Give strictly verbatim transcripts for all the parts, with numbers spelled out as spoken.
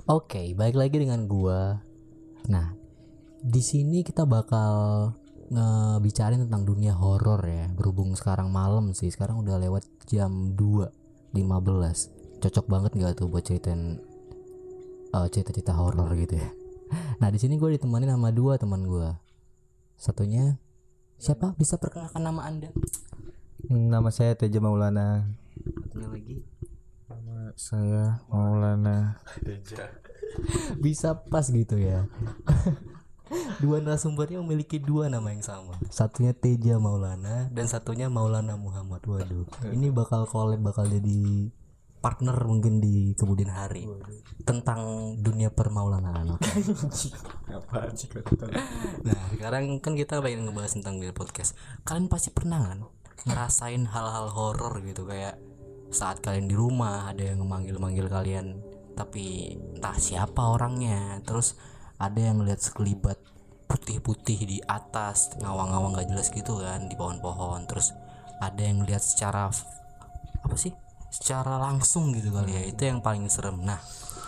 Oke, balik lagi dengan gua. Nah, di sini kita bakal ngebicarain tentang dunia horor ya. Berhubung sekarang malam sih, sekarang udah lewat jam dua lima belas. Cocok banget nggak tuh buat ceritain uh, cerita-cerita horor gitu ya. Nah, di sini gue ditemani sama dua teman gua. Satunya siapa? Bisa perkenalkan nama Anda? Nama saya Teja Maulana. Satunya lagi. Nama saya Maulana Teja. Bisa pas gitu ya. Dua narasumbernya memiliki dua nama yang sama. Satunya Teja Maulana dan satunya Maulana Muhammad. Waduh, ini bakal collab, bakal jadi partner mungkin di kemudian hari tentang dunia permaulanaan. Apa sih? Nah, sekarang kan kita pengen ngebahas tentang di podcast. Kalian pasti pernah kan ngerasain hal-hal horor gitu, kayak saat kalian di rumah ada yang memanggil-manggil kalian tapi entah siapa orangnya, terus ada yang ngeliat sekelibat putih-putih di atas, ngawang-ngawang gak jelas gitu kan di pohon-pohon, terus ada yang ngeliat secara apa sih secara langsung gitu kali ya. Itu yang paling serem. Nah,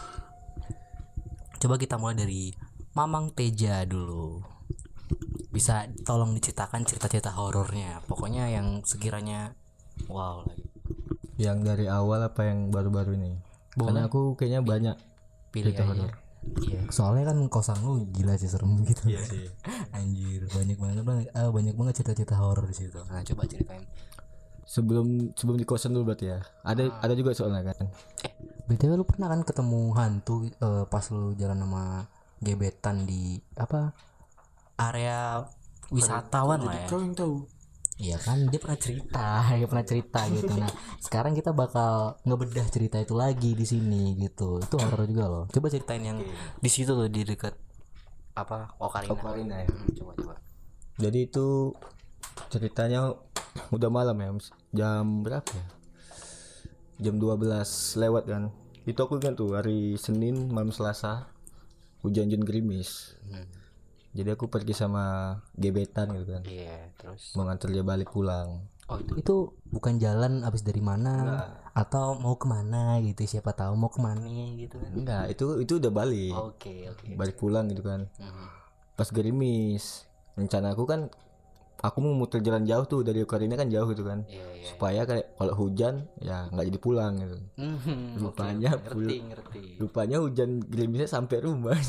coba kita mulai dari Mamang Teja dulu. Bisa tolong diceritakan cerita-cerita horornya, pokoknya yang sekiranya wow lagi. Yang dari awal apa yang baru-baru ini? Boleh. Karena aku kayaknya banyak Pilih cerita aja. horor. Iya, soalnya kan kosan lu gila sih, serem gitu. Iya sih. Anjir, banyak banget banget ah, banyak banget cerita-cerita horor di situ. Nah, coba ceritain. Sebelum sebelum di kosan dulu berarti ya. Ada ada juga soalnya kan. Eh, B T W lu pernah kan ketemu hantu eh, pas lu jalan sama gebetan di apa? Area wisatawan lah ya. Kau yang tahu. Iya kan, dia pernah cerita, dia pernah cerita gitu. Nah, sekarang kita bakal ngebedah cerita itu lagi di sini gitu. Itu horor juga loh. Coba ceritain yang di situ tuh, di dekat apa? Ocarina. Ocarina ya. Hmm, coba coba. Jadi itu ceritanya udah malam ya. Jam berapa ya? Jam dua belas lewat kan. Itu aku ingat tuh hari Senin malam Selasa. Hujan-hujan gerimis. Hmm. Jadi aku pergi sama gebetan gitu kan. Iya, yeah, terus Mau nganter dia balik pulang. oh itu, itu bukan jalan abis dari mana? Enggak. Atau mau kemana gitu, siapa tahu mau kemana gitu kan. Enggak, itu itu udah balik. Oke oke. Balik pulang gitu kan. Hmm. Pas gerimis. Rencana aku kan aku mau muter jalan jauh tuh dari Ocarina kan jauh gitu kan. Iya iya. Supaya kayak kalau hujan ya nggak jadi pulang gitu. Hmm, Rupanya oke, pul- ngerti ngerti. Rupanya hujan gerimisnya sampai rumah.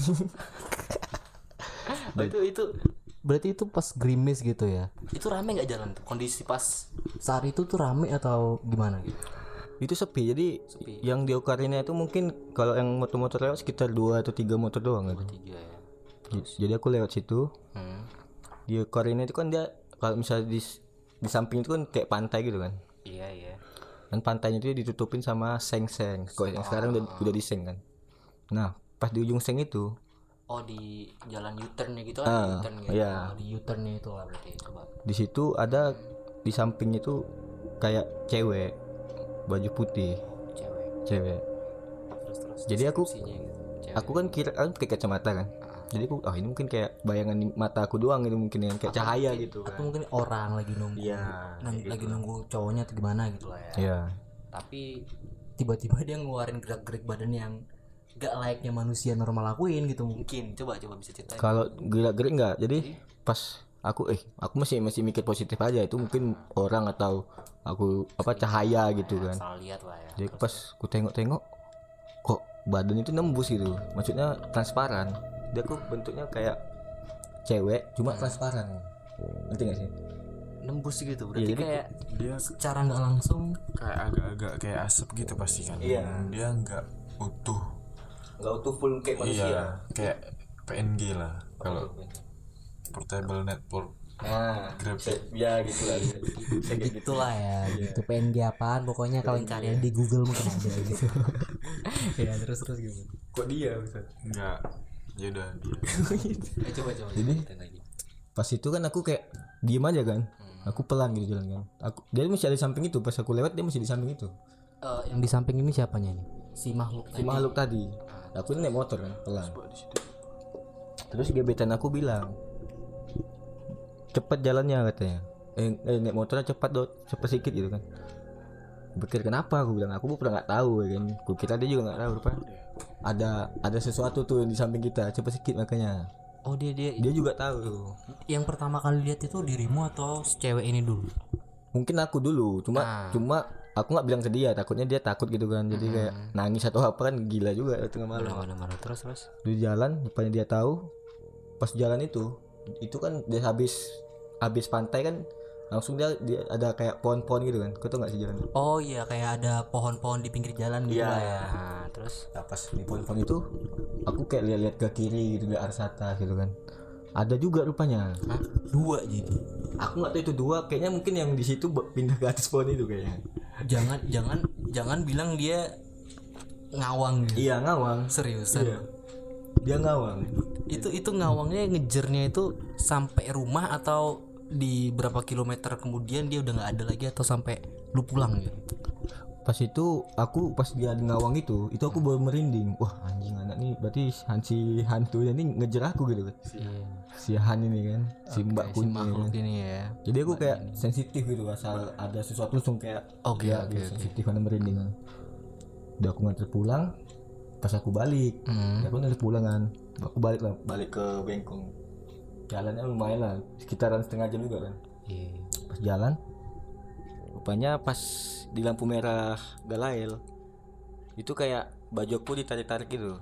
Oh, itu itu berarti itu pas gerimis gitu ya. Itu rame nggak jalan tuh? Kondisi pas saat itu tuh rame atau gimana gitu? Itu sepi. Jadi Sepi. yang di Ocarina itu mungkin kalau yang motor-motor lewat sekitar dua atau tiga motor doang gitu. Tiga ya. Jadi aku lewat situ. Hmm. Di Ocarina itu kan dia kalau misalnya di di samping itu kan kayak pantai gitu kan. Iya iya. Dan pantainya itu ditutupin sama seng-seng. Kok yang sekarang udah udah di seng kan. Nah, pas di ujung seng itu Oh, di jalan U-turn-nya gitu kan? Ah, U-turn gitu. iya. Oh, di U-turn-nya itu lah berarti. Coba. di situ ada di sampingnya itu kayak cewek baju putih, Cewek. cewek. Terus terus. Jadi aku deskripsinya gitu. Cewek. aku kan kira kan pakai kacamata kan. Jadi aku oh ini mungkin kayak bayangan di mata aku doang gitu mungkin yang kayak cahaya gitu Atau kan. mungkin orang lagi nunggu. Iya, nang- kayak lagi gitu. nunggu cowoknya atau gimana gitu lah ya. Iya. Tapi tiba-tiba dia ngeluarin gerak-gerik badan yang gak layaknya manusia normal lakuin gitu mungkin. Coba coba bisa ceritain. Kalau gerak-gerik enggak. Jadi pas aku eh aku masih masih mikir positif aja itu mungkin orang atau aku apa cahaya gitu kan. Salah lihat lah ya. Jadi pas ku tengok-tengok kok badan itu nembus gitu. Maksudnya transparan. Dia aku bentuknya kayak cewek cuma transparan. Ngerti gak sih? Nembus gitu berarti Iya, jadi kayak dia secara nggak langsung. kayak agak-agak kayak asap gitu pasti kan. Iya. Dia nggak utuh. Enggak utuh full kayak Iya, kayak P N G lah kalau portable network. Nah, Grab. ya gitu lah. Kayak gitulah ya gitu. P N G apaan pokoknya kalau cari di Google mungkin ada gitu. Ya terus terus gitu. Kok dia bisa? Enggak. Ya udah dia. Eh, coba coba Jadi? ceritain lagi. Pas itu kan aku kayak diem aja kan. Aku pelan gitu jalan kan. Aku dia masih ada di samping itu. Pas aku lewat dia masih di samping itu. Eh, yang di samping ini siapanya nih? Si makhluk Si makhluk tadi. Aku naik motor kan pelan. Terus gebetan aku bilang cepet jalannya katanya. Eh, eh naik motornya cepat dong, cepat sedikit gitu kan. Pikir kenapa aku bilang aku pernah nggak tahu ya kan. Aku kira dia juga nggak tahu rupanya. ada ada sesuatu tuh di samping kita, coba sedikit makanya. Oh dia dia Dia juga tahu tuh. yang pertama kali lihat itu dirimu atau si cewek ini dulu? Mungkin aku dulu, cuma Ah. cuma aku nggak bilang ke dia, takutnya dia takut gitu kan, jadi kayak nangis atau apa kan gila juga tengah malam. Mana-mana terus terus. Di jalan, rupanya dia tahu. Pas jalan itu, itu kan dia habis habis pantai kan, langsung dia, dia ada kayak pohon-pohon gitu kan. Kau tau nggak sih jalan? Oh iya kayak ada pohon-pohon di pinggir jalan gitu Iya. lah ya. Nah, terus Nah, pas di pohon-pohon itu, aku kayak lihat-lihat ke kiri gitu, ke arah atas gitu kan. Ada juga rupanya. Hah? Dua jadi. Aku nggak tahu itu dua, kayaknya mungkin yang di situ pindah ke atas pohon itu kayaknya. Jangan jangan jangan bilang dia ngawang gitu. Iya ngawang. Seriusan. Iya. Dia ngawang. Itu itu ngawangnya ngejernya itu sampai rumah atau di berapa kilometer kemudian dia udah nggak ada lagi atau sampai lu pulang gitu. Pas itu aku pas dia ngawang itu, itu aku baru merinding. Wah anjing anak nih berarti han- si hantunya ini ngejar aku gitu kan. Iya. Si Han ini kan, si Mbak Si Kunyit makhluk kan. ini ya. Jadi aku kayak sensitif gitu, asal ada sesuatu langsung kayak Oke, dia- oke, dia oke. sensitif karena merinding kan. Udah aku nganter pulang, pas aku balik, Hmm. aku nganter pulang kan, aku balik lah, balik ke Bengkong. Jalannya lumayan lah, sekitaran setengah jam juga kan. Iya. Pas jalan, rupanya pas di lampu merah Galael, itu kayak baju aku ditarik-tarik gitu.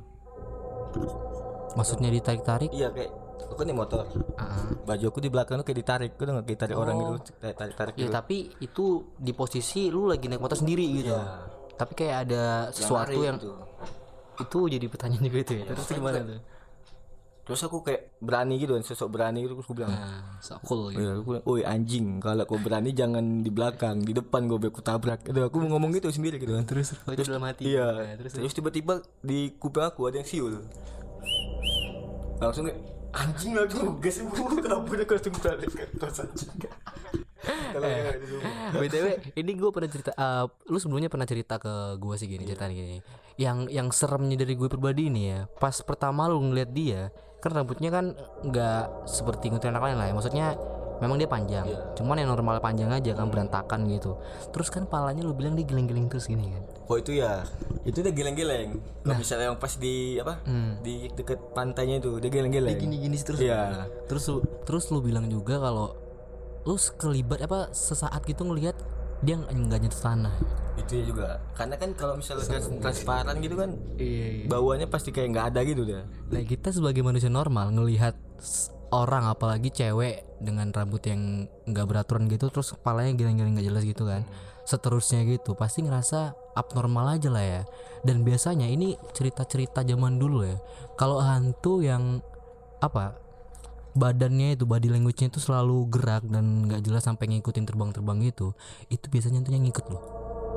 Maksudnya ditarik-tarik? Iya kayak aku nih motor, Ah. baju aku di belakang tuh kayak ditarik, aku udah nggak kayak tarik orang gitu, kayak tarik-tarik Ya gitu. tapi itu di posisi lu lagi naik motor sendiri gitu. Iya. Tapi kayak ada sesuatu lari yang, gitu. itu jadi pertanyaan juga itu ya. Terus gimana tuh? Terus aku kayak berani gitu kan, sosok berani gitu, terus aku bilang, Nah, so cool gitu. "Woi, aku bilang, "Woi anjing, kalau kau berani jangan di belakang, di depan gue aku tabrak." Itu aku ngomong gitu sendiri gitu kan. Terus Oh, itu dalam hati. iya, Nah, terus terus tiba-tiba di kuping aku ada yang siul. Langsung kayak anjing aku gas ibu kabur aku langsung balik ke kos anjing. Kalau kayak gitu semua. B T W ini gue pernah cerita, eh, lu sebelumnya pernah cerita ke gue sih gini, cerita gini. Yang yang seremnya dari gue pribadi ini ya, pas pertama lu ngeliat dia, kan rambutnya kan nggak seperti kuntilanak lain lah ya. Maksudnya memang dia panjang, cuman yang normal panjang aja kan, berantakan gitu. Terus kan palanya lu bilang dia geleng-geleng terus gini kan. Oh itu ya, itu udah geleng-geleng. Kalau misalnya yang pas di apa, di deket pantainya itu dia geleng-geleng. Gini-gini terus. Iya. Terus lu terus lu bilang juga kalau lu sekelibat apa sesaat gitu ngelihat dia nggak nggak nyentuh tanah. Itu ya juga, karena kan kalau misalnya trans- transparan gitu kan, Iya. bauannya pasti kayak nggak ada gitu dah. Nah kita sebagai manusia normal ngelihat s- orang apalagi cewek dengan rambut yang nggak beraturan gitu, terus kepalanya geleng-geleng nggak jelas gitu kan, seterusnya gitu pasti ngerasa abnormal aja lah ya. Dan biasanya ini cerita-cerita zaman dulu ya, kalau hantu yang apa badannya itu, body language-nya itu selalu gerak dan nggak jelas sampai ngikutin terbang-terbang gitu, itu biasanya hantunya ngikut loh.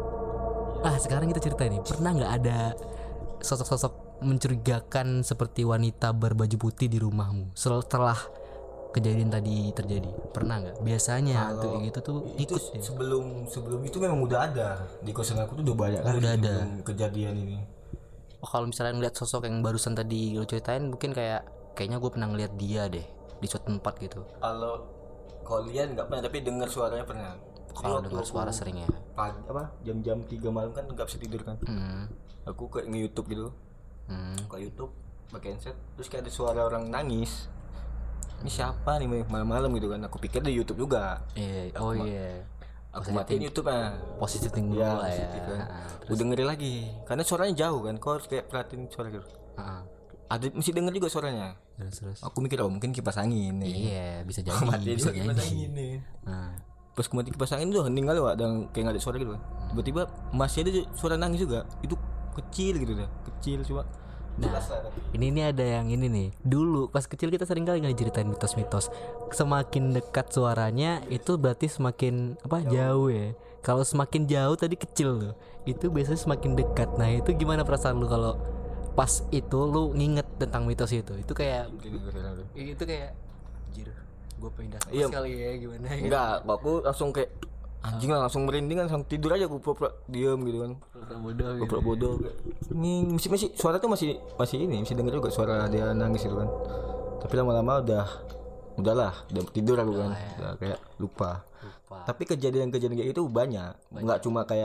Ah sekarang kita cerita nih, pernah nggak ada sosok-sosok mencurigakan seperti wanita berbaju putih di rumahmu setelah kejadian tadi terjadi? Pernah nggak? Biasanya hantu kayak gitu tuh Itu ikut ya. sebelum sebelum itu memang udah ada di kosan aku tuh udah banyak kali Udah ada. sebelum kejadian ini. Oh, kalau misalnya ngeliat sosok yang barusan tadi lo ceritain, mungkin kayak kayaknya gue pernah ngeliat dia deh di suatu tempat gitu. Kalau kalian nggak pernah, tapi dengar suaranya pernah. Kalau Jadi dengar waktu suara aku sering ya. pagi apa jam-jam tiga malam kan nggak bisa tidur kan. Hmm. Aku kayak nge-YouTube gitu, Hmm. ke YouTube pakai headset, terus kayak ada suara orang nangis. Ini siapa nih malam-malam gitu kan? Aku pikir di YouTube juga. Iya. Oh iya. Aku matiin YouTube ah. Positif thinking Ya, dulu lah ya. positif kan. Ah, Gue dengerin lagi, karena suaranya jauh kan. Kau harus kayak perhatiin suara gitu. ah. Ada mesti denger juga suaranya. Terus terus. Aku mikir oh mungkin kipas angin nih. Iya bisa jadi. Matiin Bisa juga kipas jadi. angin nih. Nah. Pas aku mati kipas angin tuh hening kali Wak, dan kayak nggak ada suara gitu kan. Tiba-tiba masih ada suara nangis juga. Itu kecil gitu dah, kecil cuma. Nah, ini ini ada yang ini nih. Dulu pas kecil kita sering kali ceritain mitos-mitos. Semakin dekat suaranya itu berarti semakin apa jauh, ya. Kalau semakin jauh tadi kecil loh. Itu biasanya semakin dekat. Nah, itu gimana perasaan lu kalau pas itu lu nginget tentang mitos itu? Itu kayak itu kayak anjir, gue pindah kelas Iya. kali ya gimana ya. Enggak, aku langsung kayak anjing lah, langsung merinding kan, langsung tidur aja aku pura-pura diam gitu kan. Pura-pura bodoh gitu. Pura-pura bodoh kayak, ini masih masih suara tuh masih masih ini, masih denger juga suara dia nangis gitu kan. Tapi lama-lama udah udahlah, udah tidur aku kan. Udah kayak lupa. Lupa. Tapi kejadian-kejadian kayak itu banyak, nggak cuma kayak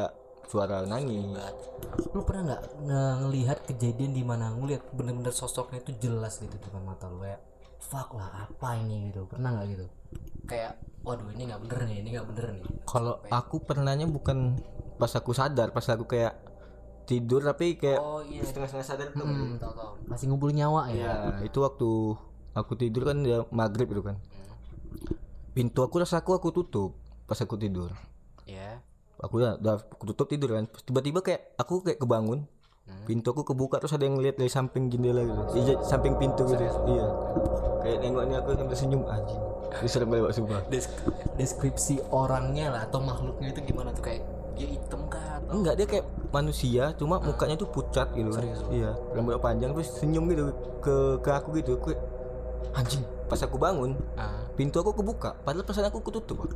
suara nangis. Lu pernah nggak nge- ngelihat kejadian di mana ngelihat bener-bener sosoknya itu jelas gitu depan mata lu kayak fuck lah apa ini gitu, pernah nggak gitu kayak waduh ini nggak bener nih ini nggak bener nih. Kalau aku pernahnya bukan pas aku sadar, pas aku kayak tidur tapi kayak Oh iya, setengah-setengah sadar tuh. hmm, tahu tahu masih ngumpulin nyawa ya. Ya, itu waktu aku tidur kan ya maghrib itu kan. Pintu aku rasa aku aku tutup pas aku tidur. Ya. Aku udah, udah aku tutup tidur kan. Terus tiba-tiba kayak aku kayak kebangun. Pintu aku kebuka terus ada yang ngeliat dari samping jendela gitu. Iya, samping pintu gitu. Iya. Kayak nengok ini aku sambil senyum anjing. Itu serem banget sumpah. Des- deskripsi orangnya lah atau makhluknya itu gimana tuh, kayak dia hitam kah atau Enggak, dia kayak manusia cuma mukanya tuh pucat gitu kan. Iya, rambut panjang terus senyum gitu ke ke aku gitu. Aku kayak, anjing, pas aku bangun, ah, pintu aku kebuka padahal perasaan aku ketutup. Pak.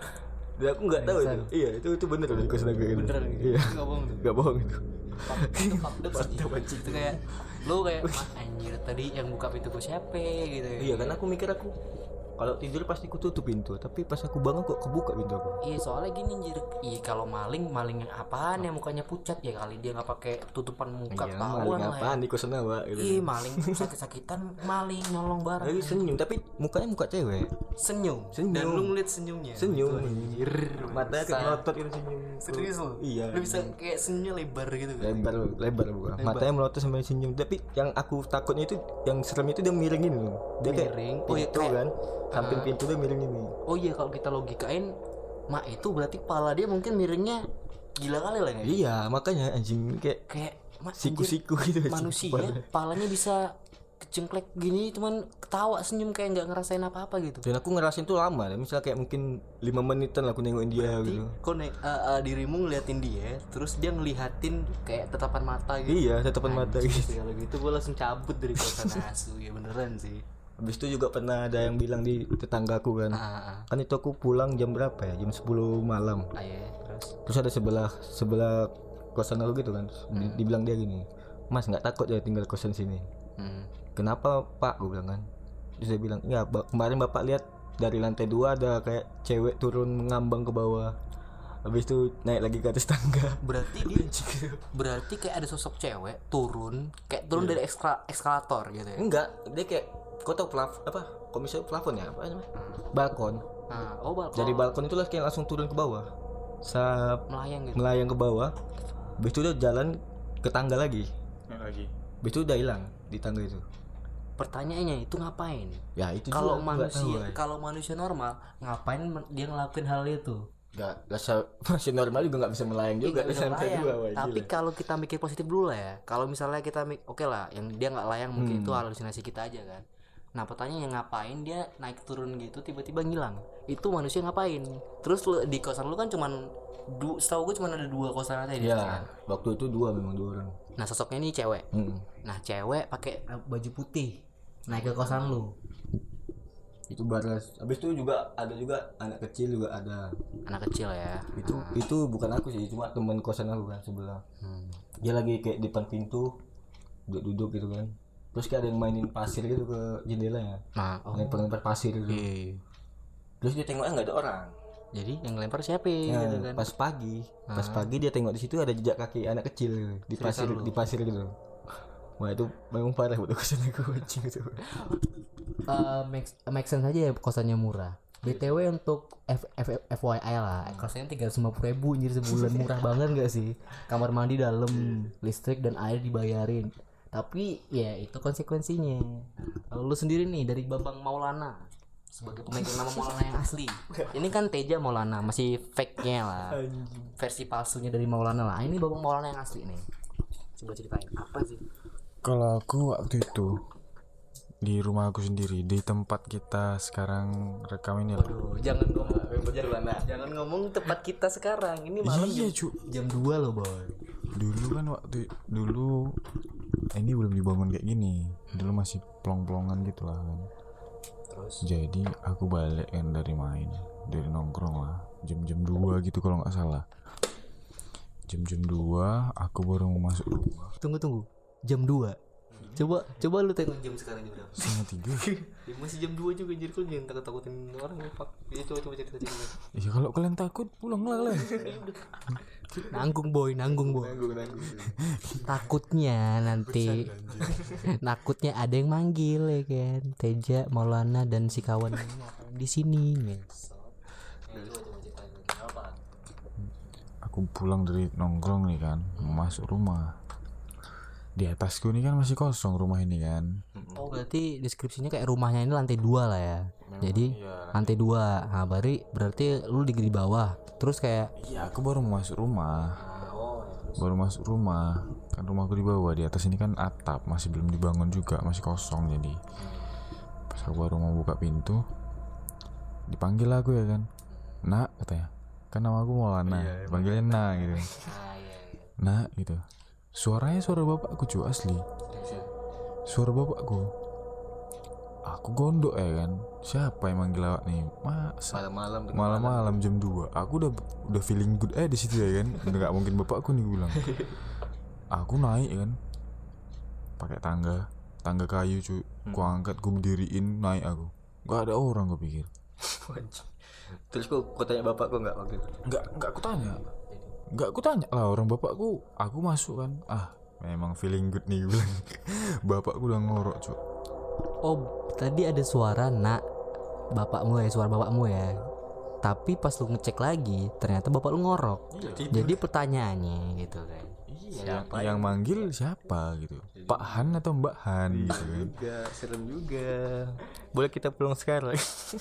Dan aku enggak tahu itu. Iya, itu itu bener loh kosan aku gitu. beneran gitu. Iya. Nggak bohong tuh. Enggak bohong itu. Itu fakta sih. Itu kayak lu kayak "Mah, anjir tadi yang buka pintu gue siapa gitu ya. Iya, kan aku mikir aku kalau tidur pasti ku tutup pintu, tapi pas aku bangun kok kebuka pintu aku. Iya soalnya gini anjir, iya kalau maling maling yang apaan yang mukanya pucat ya kali dia nggak pakai tutupan muka Iya, ketahuan maling lah ya. apaan di kosan awak gitu. Iya maling sakit-sakitan maling nolong barang. Tapi senyum, tapi mukanya muka cewek. Senyum. Senyum. Dan lu ngeliat senyumnya. Senyum. Anjir. Matanya kayak Bisa- melotot gitu senyum. Serius lu? Iya. Lu bisa kayak senyumnya lebar gitu kan? Lebar, lebar bukan. Matanya melotot sampai senyum. Tapi yang aku takutnya itu, yang serem itu dia miring ini loh. Dia kayak Miring? Oh, iya, pintu kayak- kan, samping pintu dia miring ini. Oh iya kalau kita logikain mak itu berarti kepala dia mungkin miringnya gila kali lah ya. Iya, makanya anjing kayak Kayak mak siku-siku gitu. anjing, manusia kepala. kepalanya bisa kecengklek gini cuman ketawa senyum kayak nggak ngerasain apa-apa gitu. Dan aku ngerasain tuh lama, misalnya kayak mungkin lima menitan lah aku nengokin dia gitu. Kok nih uh, uh, dirimu ngeliatin dia terus dia ngelihatin kayak tatapan mata gitu. Iya, tatapan mata Anjir, gitu. kalau gitu gue langsung cabut dari kosan asu ya beneran sih. Habis itu juga pernah ada yang bilang di tetanggaku kan. Ah, ah, Kan itu aku pulang jam berapa ya? Jam sepuluh malam. ah, ya, terus Terus ada sebelah sebelah kosan aku gitu kan. Di- dibilang dia gini, "Mas, nggak takut ya tinggal kosan sini?" hmm. "Kenapa, Pak?" gue bilang kan. Terus dia bilang, "Ya, ba- kemarin Bapak lihat dari lantai dua ada kayak cewek turun ngambang ke bawah. Habis itu naik lagi ke atas tangga." Berarti dia berarti kayak ada sosok cewek turun kayak turun dari ekskala, eskalator gitu ya. Enggak, dia kayak kau tau plaf apa? Komisi plafon ya? Apa namanya? Balkon. Nah, oh balkon Dari balkon itu lah kayak langsung turun ke bawah. Sap melayang gitu. melayang ke bawah. Habis itu dia jalan ke tangga lagi. lagi. Habis itu udah hilang di tangga itu. Pertanyaannya itu ngapain? Ya itu Kalau juga aku nggak tahu, manusia ay. kalau manusia normal ngapain men- dia ngelakuin hal itu? Gak, rasa masih normal juga nggak bisa melayang juga Nggak di bisa lantai melayang. dua, wah, Tapi gila. kalau kita mikir positif dulu lah ya. Kalau misalnya kita mik- oke lah, yang dia nggak layang mungkin Hmm. itu halusinasi kita aja kan. Nah pertanyaannya ngapain dia naik turun gitu tiba-tiba ngilang? Itu manusia ngapain? Terus lu, di kosan lu kan cuman du, setahu gue cuman ada dua kosan aja di Ya, sana kan? waktu itu dua memang dua orang. Nah sosoknya ini cewek. Mm. Nah cewek pakai eh, baju putih naik ke kosan lu. Itu baras. Habis itu juga ada juga anak kecil juga ada. Anak kecil ya. Itu itu bukan aku sih, cuma teman kosan aku kan sebelah. Hmm. Dia lagi kayak di depan pintu duduk-duduk gitu kan. Terus kayak ada yang mainin pasir gitu ke jendelanya. Nah, oh. Lempar-lempar pasir gitu. Iya. Terus dia tengoknya nggak ada orang. Jadi yang lempar siapa Ya, gitu kan? pas pagi, pas pagi dia tengok di situ ada jejak kaki anak kecil gitu, di pasir lu? di pasir gitu. Wah, itu memang parah buat kosan aku anjing itu. Uh, make, make sense aja ya kosannya murah. B T W untuk F, F, F Y I lah, kosannya tiga ratus lima puluh ribu anjir sebulan, murah banget gak sih? Kamar mandi dalam, listrik dan air dibayarin. Tapi ya itu konsekuensinya. Kalau lu sendiri nih dari Babang Maulana sebagai pemegang nama Maulana yang asli. Ini kan Teja Maulana, masih fake-nya lah. Versi palsunya dari Maulana lah. Ini Babang Maulana yang asli nih. Coba ceritain apa sih? Kalau aku waktu itu di rumah aku sendiri, di tempat kita sekarang rekam ini lah. Aduh, jangan ngomong jangan ngomong tempat kita sekarang. Ini malam Iya, jam, cu. jam dua loh, boy. Dulu kan waktu dulu ini belum dibangun kayak gini. Dulu masih plong-plongan gitu lah kan. Terus Jadi aku balik kan dari main, dari nongkrong lah, jam-jam dua gitu kalau nggak salah. Jam-jam dua aku baru mau masuk rumah. tunggu tunggu. Jam dua. Coba coba lu tengok jam sekarang jam berapa? Setengah tiga. Ya, masih jam dua juga anjir, kok jangan takut-takutin orang ya, Pak. Ya coba coba cerita cerita. Ya kalau kalian takut pulang lah kalian. Nanggung boy, nanggung boy. Takutnya nanti takutnya ada yang manggil ya kan. Teja, Maulana dan si kawan di sini. Aku pulang dari nongkrong nih kan, masuk rumah. Di atasku ini kan masih kosong rumah ini kan. Oh berarti deskripsinya kayak rumahnya ini lantai dua lah ya. Jadi lantai dua. Nah berarti berarti lu di di bawah. Terus kayak Iya, aku baru mau masuk rumah. Baru masuk rumah. Kan rumahku di bawah, di atas ini kan atap, masih belum dibangun juga, masih kosong jadi. Pas aku baru mau buka pintu, dipanggil aku ya kan. Nak katanya. Kan nama aku Maulana. Panggilnya Nak gitu. Nak gitu. Suaranya suara bapakku cuy, asli. Suara bapakku. Aku gondok ya kan. Siapa yang manggil awak nih? Masa Malam-malam malam-malam jam dua. Aku udah udah feeling good eh di situ ya kan. Enggak mungkin bapakku nih bilang. Aku naik kan. Pakai tangga, tangga kayu cuy. Ku angkat, ku berdiriin, naik aku. Enggak ada orang gue pikir. Terus kok kau tanya bapak kok enggak waktu itu? Enggak, enggak aku tanya. Enggak aku tanya lah orang bapakku. Aku masuk kan. Ah, memang feeling good nih gue bilang. Bapakku udah ngorok cuy. oh tadi ada suara nak bapakmu ya, suara bapakmu ya. Tapi pas lu ngecek lagi ternyata bapak lu ngorok. Jadi pertanyaannya gitu kan. Yang, yang manggil siapa gitu? Pak Han atau Mbak Han gitu kan. Juga serem juga. Boleh kita pulang sekarang?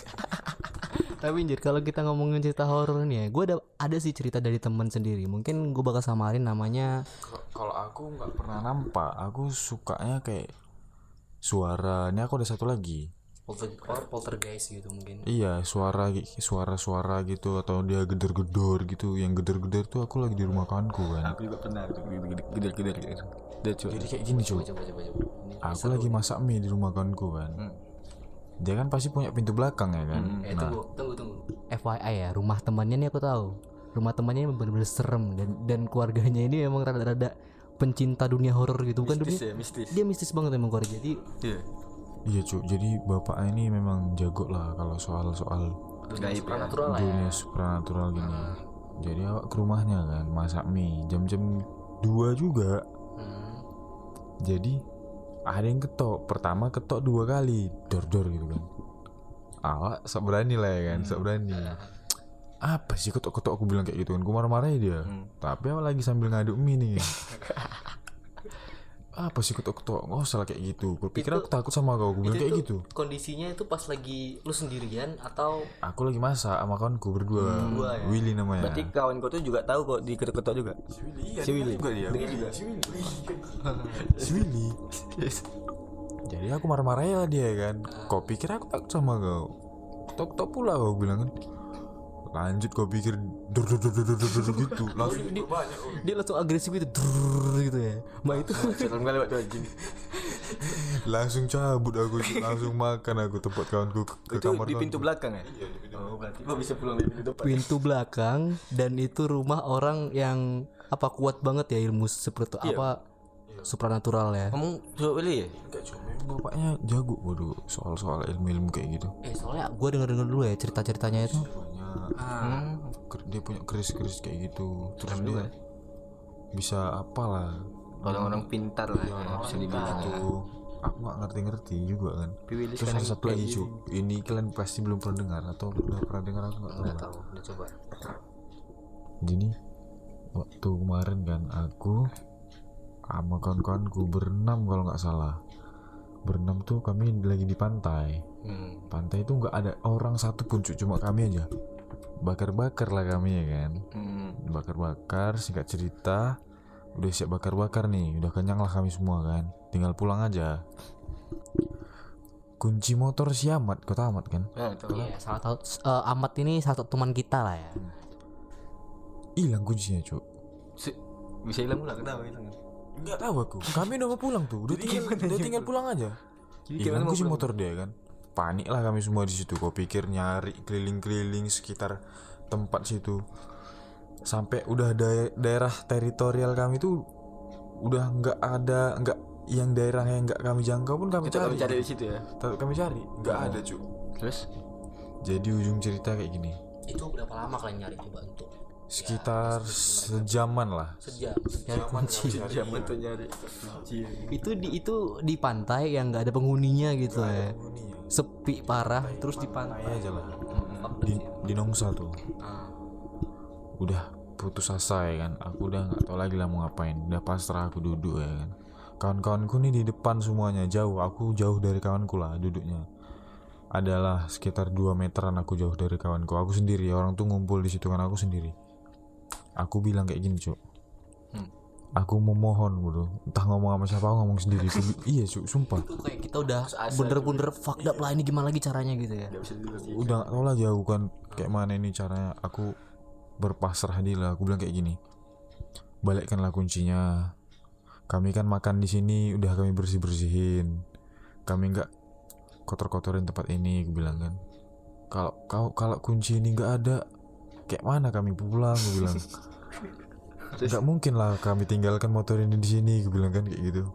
Tapi anjir kalau kita ngomongin cerita horor nih ya, gue ada ada sih cerita dari teman sendiri. Mungkin gue bakal samarin namanya. Kalau aku nggak pernah nampak, aku sukanya kayak suara. Ini aku ada satu lagi. Polter, poltergeist gitu mungkin. Iya, suara suara-suara gitu atau dia gedor-gedor gitu. Yang gedor-gedor tuh aku lagi di rumah kawanku kan. Aku juga pernah geder-geder gitu. Udah cuy. Jadi kayak gini cuy. Coba coba coba. Ini Aku lagi masak mie di rumah kawanku kan. Dia kan pasti punya pintu belakang ya kan. Eh tunggu, tunggu, tunggu. F Y I ya, rumah temannya nih aku tahu. Rumah temannya ini benar-benar serem dan dan keluarganya ini memang rada-rada pencinta dunia horor gitu, bukan dunia. Mistis ya, mistis. Dia mistis banget emang keluarga. Jadi Iya. Iya cuy, jadi bapak ini memang jago lah kalau soal-soal Gaib ya. natural lah ya. dunia supranatural gini. Jadi awak ke rumahnya kan masak mie jam-jam dua juga. Hmm. Jadi ada yang ketok, pertama ketok dua kali, dor-dor gitu kan. Awak sok berani lah ya kan, sok berani. Apa sih ketok-ketok, aku bilang kayak gitu kan, gue marah-marahin dia. Tapi awak lagi sambil ngaduk mie nih kan. Apa sih ketok-ketok, nggak usah lah kayak gitu. Gue pikir aku takut sama kau, gue bilang kayak gitu. Kondisinya itu pas lagi lu sendirian atau Aku lagi masak sama kawanku berdua, Berdua ya? Willy namanya. Berarti kawan kau tuh juga tahu kok di ketok-ketok juga. Si Willy. juga dia. Dengar juga. Si Willy. Jadi aku marah-marahin lah dia kan. Kau pikir aku takut sama kau? Ketok-ketok pula kau bilang kan. Lanjut kau pikir dur dur dur dur dur dur gitu. Langsung dia, dia langsung agresif gitu, drrrr gitu ya. Mbak itu Serem kali waktu anjing. langsung cabut aku, langsung makan aku tempat kawanku ke, ke Itu kamar di pintu kawanku. belakang ya? Iya, di pintu. Oh, berarti kok bisa pulang dari pintu depan. pintu belakang dan itu rumah orang yang apa kuat banget ya ilmu seperti apa supranatural ya. Kamu coba Willy ya? Enggak cuma memang bapaknya jago waduh soal-soal ilmu-ilmu kayak gitu. Eh soalnya gue denger denger dulu ya cerita ceritanya itu. Banyak ker- dia punya keris-keris kayak gitu. Terus dia bisa apalah Orang-orang pintar lah ya, bisa dibilang. gitu. Aku nggak ngerti-ngerti juga kan. Tapi Willy Terus ada sekarang satu lagi cu, ini kalian pasti belum pernah dengar atau udah pernah dengar aku nggak tahu. Nggak tahu, udah coba. Jadi waktu kemarin kan aku sama kawan-kawanku berenam kalau nggak salah. Berenam tuh kami lagi di pantai. Hmm. Pantai itu nggak ada orang satu pun cu, cuma kami aja. Bakar-bakar lah kami ya kan. Hmm. Bakar-bakar singkat cerita udah siap bakar-bakar nih, udah kenyang lah kami semua kan, tinggal pulang aja. Kunci motor si Amat, kau tahu Amat kan? Nah, tahu lah. Iya, salah tahu eh, Amat ini satu teman kita lah ya. Hilang kuncinya cu. Si- bisa hilang pula, kenapa hilang? Nggak tahu aku. Kami udah mau pulang tuh, udah tinggal, udah tinggal pulang aja. Hilang kunci motor dia kan. Panik lah kami semua di situ. Kau pikir nyari keliling-keliling sekitar tempat situ. Sampai udah da- daerah teritorial kami tuh udah nggak ada, nggak yang daerah yang nggak kami jangkau pun kami Kita cari. cari di situ ya. Tetap kami cari, nggak ada cu. Terus? Jadi ujung cerita kayak gini. Itu berapa lama kalian nyari coba untuk sekitar sejaman lah. Sejam nyari kunci. Zaman tuh nyari kunci. Itu di itu di pantai yang nggak ada penghuninya gitu ya. Sepi parah terus di pantai. Pantai aja lah. Di, di Nongsa tuh. Udah putus asa ya kan. Aku udah nggak tahu lagi lah mau ngapain. Udah pasrah aku duduk ya kan. Kawan-kawanku nih di depan semuanya jauh. Aku jauh dari kawanku lah duduknya. Adalah sekitar dua meteran aku jauh dari kawanku. Aku sendiri, orang tuh ngumpul di situ kan, aku sendiri. Aku bilang kayak gini, Cuk. Hmm. Aku memohon bro. Entah ngomong sama siapa, aku ngomong sendiri. Iya, Cuk, sumpah. Kayak kita udah bener-bener fucked up lah, ini gimana lagi caranya gitu ya. Udah gak tau lagi aku kan kayak mana ini caranya. Aku berpasrah diri lah. Aku bilang kayak gini. Balikkanlah kuncinya. Kami kan makan di sini udah kami bersih-bersihin. Kami enggak kotor-kotorin tempat ini, gue bilang kan. Kalau kalau kalau kunci ini nggak ada, kayak mana kami pulang, gue bilang. Nggak mungkin lah kami tinggalkan motor ini di sini, gue bilang kan kayak gitu.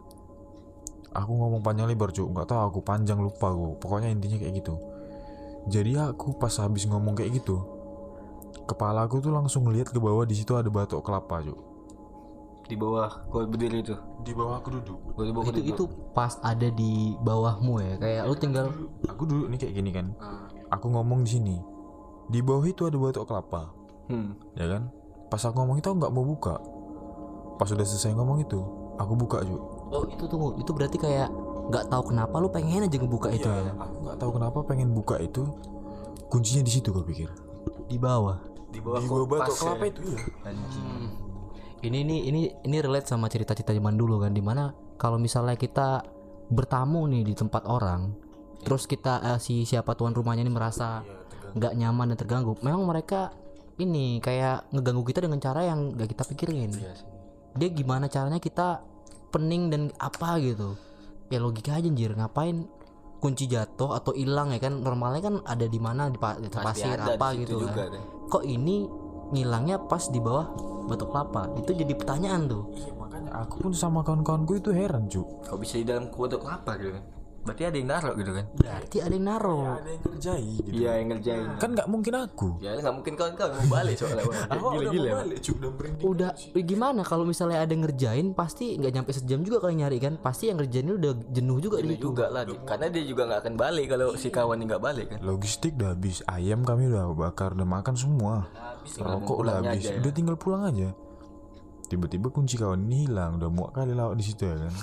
Aku ngomong panjang lebar, Cuk, nggak tahu aku panjang lupa gue. Pokoknya intinya kayak gitu. Jadi aku pas habis ngomong kayak gitu, kepala aku tuh langsung ngeliat ke bawah, di situ ada batok kelapa, Cuk. Di bawah gua berdiri tuh. Di bawah aku duduk. Gua di bawah Itu duduk. itu pas ada di bawahmu ya, kayak lu tinggal. Aku duduk nih kayak gini kan. Aku ngomong di sini. Di bawah itu ada batok kelapa. Hmm. Ya kan? Pas aku ngomong itu aku nggak mau buka. Pas udah selesai ngomong itu, aku buka, Cuk. Oh itu tunggu, itu berarti kayak nggak tahu kenapa lu pengen aja ngebuka itu ya. Aku nggak tahu kenapa pengen buka itu. Kuncinya di situ, gue pikir. Di bawah. Di bawah, Di bawah batok kompas kelapa ya. itu ya. Anjing. Ini ini ini ini relate sama cerita-cerita zaman dulu kan, dimana kalau misalnya kita bertamu nih di tempat orang, terus kita eh, si siapa tuan rumahnya ini merasa nggak nyaman dan terganggu, memang mereka ini kayak ngeganggu kita dengan cara yang nggak kita pikirin. Dia gimana caranya kita pening dan apa gitu, ya logika aja anjir, ngapain kunci jatuh atau hilang ya kan, normalnya kan ada di mana di, pa- di pasir ada apa di situ gitu juga, kan. kan. Kok ini ngilangnya pas di bawah batok kelapa? Itu jadi pertanyaan tuh. Iya, makanya aku pun sama kawan-kawanku itu heran, Cuk. Kok bisa di dalam batok kelapa gitu kan? Berarti ada yang naruh gitu kan? Berarti ada yang naro. Ada yang ngerjain gitu. Iya, yang ngerjain. Kan nggak mungkin aku. Ya nggak mungkin kawan-kawan mau balik soalnya. Aku Gila-gila. udah mau balik, Cuk, udah berhenti. Udah eh, gimana kalau misalnya ada yang ngerjain, pasti nggak nyampe sejam juga kalian nyari kan, pasti yang ngerjain ini udah jenuh juga di Ini situ. juga lah, karena dia juga nggak akan balik kalau si kawan ini nggak balik kan. Logistik udah habis, ayam kami udah bakar, udah makan semua. Rokok udah pulangnya habis, aja ya. udah tinggal pulang aja. Tiba-tiba kunci kawan ini hilang, udah muak kali lawak di situ ya kan.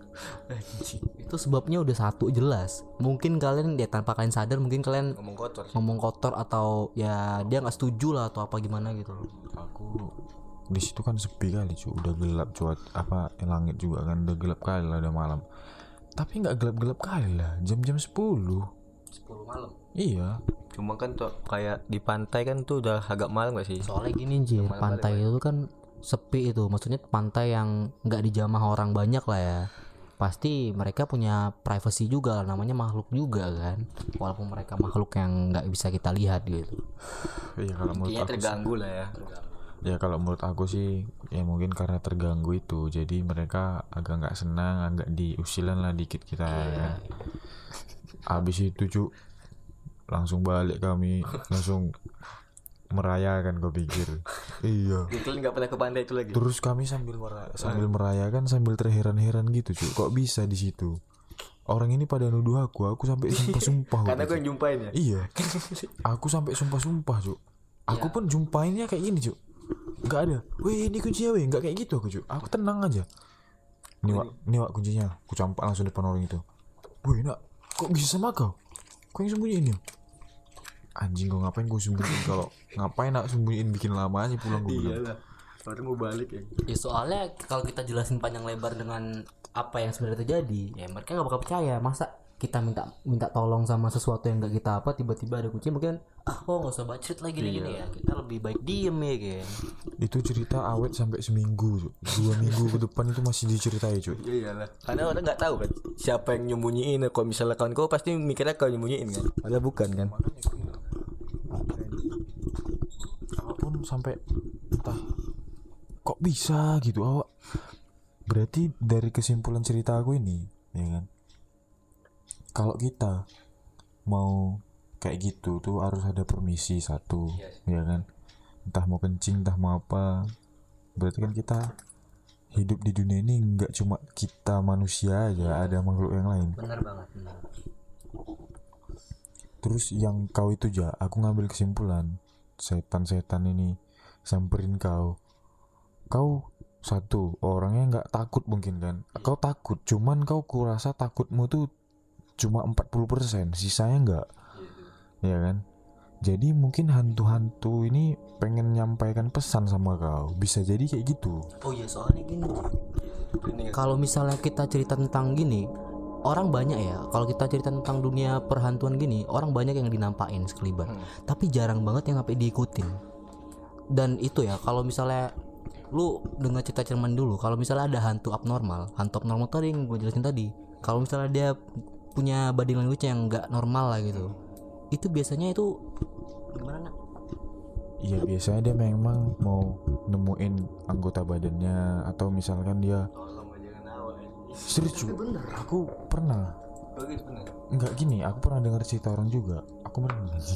Itu sebabnya udah satu jelas. Mungkin kalian ya tanpa kalian sadar, mungkin kalian Ngomong kotor. ngomong kotor atau ya dia nggak setuju lah atau apa gimana gitu. Aku di situ kan sepi kali, Cuk, udah gelap cuat apa langit juga kan udah gelap kali lah, udah malam. Tapi nggak gelap-gelap kali lah, jam-jam sepuluh. sepuluh malam. Iya. Cuma kan tuh kayak di pantai kan tuh udah agak malam gak sih? Soalnya gini Jir, pantai itu kan sepi itu, maksudnya pantai yang nggak dijamah orang banyak lah ya. Pasti mereka punya privacy juga lah, namanya makhluk juga kan, walaupun mereka makhluk yang nggak bisa kita lihat gitu. Iya kalau menurut Intinya aku terganggu lah ya. sih, ya kalau menurut aku sih ya mungkin karena terganggu itu, jadi mereka agak nggak senang, agak diusilan lah dikit kita ya kan. Abis itu, Cuk, langsung balik kami, langsung merayakan, kau pikir. Iya. Kalian nggak pernah ke pantai itu lagi? Terus kami sambil mera- sambil merayakan sambil terheran-heran gitu, Cuk. Kok bisa di situ? Orang ini pada nuduh aku, aku sampai sumpah-sumpah. Karena gue yang jumpain ya. Iya. Aku sampai sumpah-sumpah, Cuk. Aku pun jumpainnya kayak gini, Cuk. Enggak ada. Weh, ini kuncinya, weh. Enggak kayak gitu aku, Cuk. Aku tenang aja. Ini, Wak, ini Wak kuncinya. Aku campak langsung depan orang itu. Weh, nak, kok bisa sama kau? Kau yang sembunyiin ya? Anjing, kau ngapain kau sembunyiin? Kalau ngapain nak sembunyiin, bikin lama aja pulang gue bilang. Iyalah. Orang mau balik ya. Ya soalnya kalau kita jelasin panjang lebar dengan apa yang sebenarnya terjadi, ya mereka nggak bakal percaya. Masa kita minta minta tolong sama sesuatu yang nggak kita apa, tiba-tiba ada kunci, mungkin ah kok nggak usah bacrit lagi gini ya, kita lebih baik diem ya kan. Itu cerita awet sampai seminggu, Cuk. Dua minggu ke depan itu masih diceritai, Cuk. Iyalah. Karena orang nggak tahu kan siapa yang nyembunyiin. Kalau misalnya kawan kau pasti mikirnya kau nyembunyiin kan. Padahal bukan kan. Apapun sampai entah kok bisa gitu awak. Berarti dari kesimpulan cerita aku ini, ya kan, kalau kita mau kayak gitu tuh harus ada permisi satu, ya kan. entah mau kencing entah mau apa. Berarti kan kita hidup di dunia ini nggak cuma kita manusia aja, ada makhluk yang lain. Benar banget, benar. Terus yang kau itu aja, aku ngambil kesimpulan setan-setan ini samperin kau. Kau satu orangnya nggak takut mungkin kan? Kau takut, cuman kau kurasa takutmu tuh cuma empat puluh persen, sisanya enggak. Ya kan? Jadi mungkin hantu-hantu ini pengen nyampaikan pesan sama kau. Bisa jadi kayak gitu. Oh iya, soalnya gini. Kalau misalnya kita cerita tentang gini, orang banyak ya. Kalau kita cerita tentang dunia perhantuan gini, orang banyak yang dinampain sekelibat. Hmm. Tapi jarang banget yang sampai diikutin. Dan itu ya, kalau misalnya lu dengar cerita cerman dulu, kalau misalnya ada hantu abnormal, hantu abnormal tadi yang gue jelasin tadi. Kalau misalnya dia punya body language yang nggak normal lah gitu, itu biasanya itu gimana nak? Iya, biasanya dia memang mau nemuin anggota badannya, atau misalkan dia serius cu, aku pernah nggak gini, aku pernah dengar cerita orang juga, aku pernah ngaji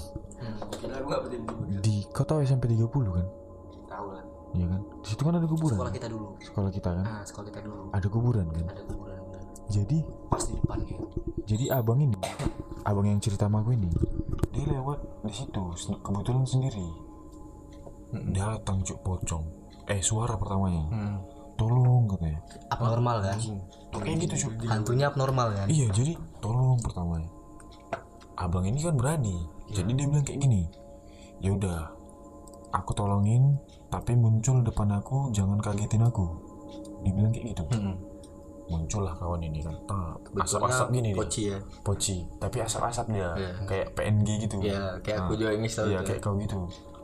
di kau tahu S M P tiga puluh kan? Tahu lah. Iya kan, di situ kan ada kuburan. Sekolah kita dulu. Sekolah kita kan? Nah, sekolah kita dulu. Ada kuburan kan? Ada kuburan. Benar. Jadi pas di depannya. Jadi abang ini, abang yang cerita sama aku ini, dia lewat di situ kebetulan sendiri. Dia datang cuk pocong. Eh suara pertamanya. Hmm. Tolong katanya. Abnormal kan? Kayak gitu cuk. Hantunya abnormal kan? Iya, jadi tolong pertamanya. Abang ini kan berani. Ya. Jadi dia bilang kayak gini. Ya udah, aku tolongin, tapi muncul depan aku, jangan kagetin aku. Dia bilang kayak gitu. Hmm. Muncullah kawan ini kan, asap-asap gini poci nih. Ya. Poci, tapi asap-asap dia, yeah. Kayak P N G gitu. Iya, yeah, kayak nah, aku juga ingin tahu. Iya, kayak kau gitu.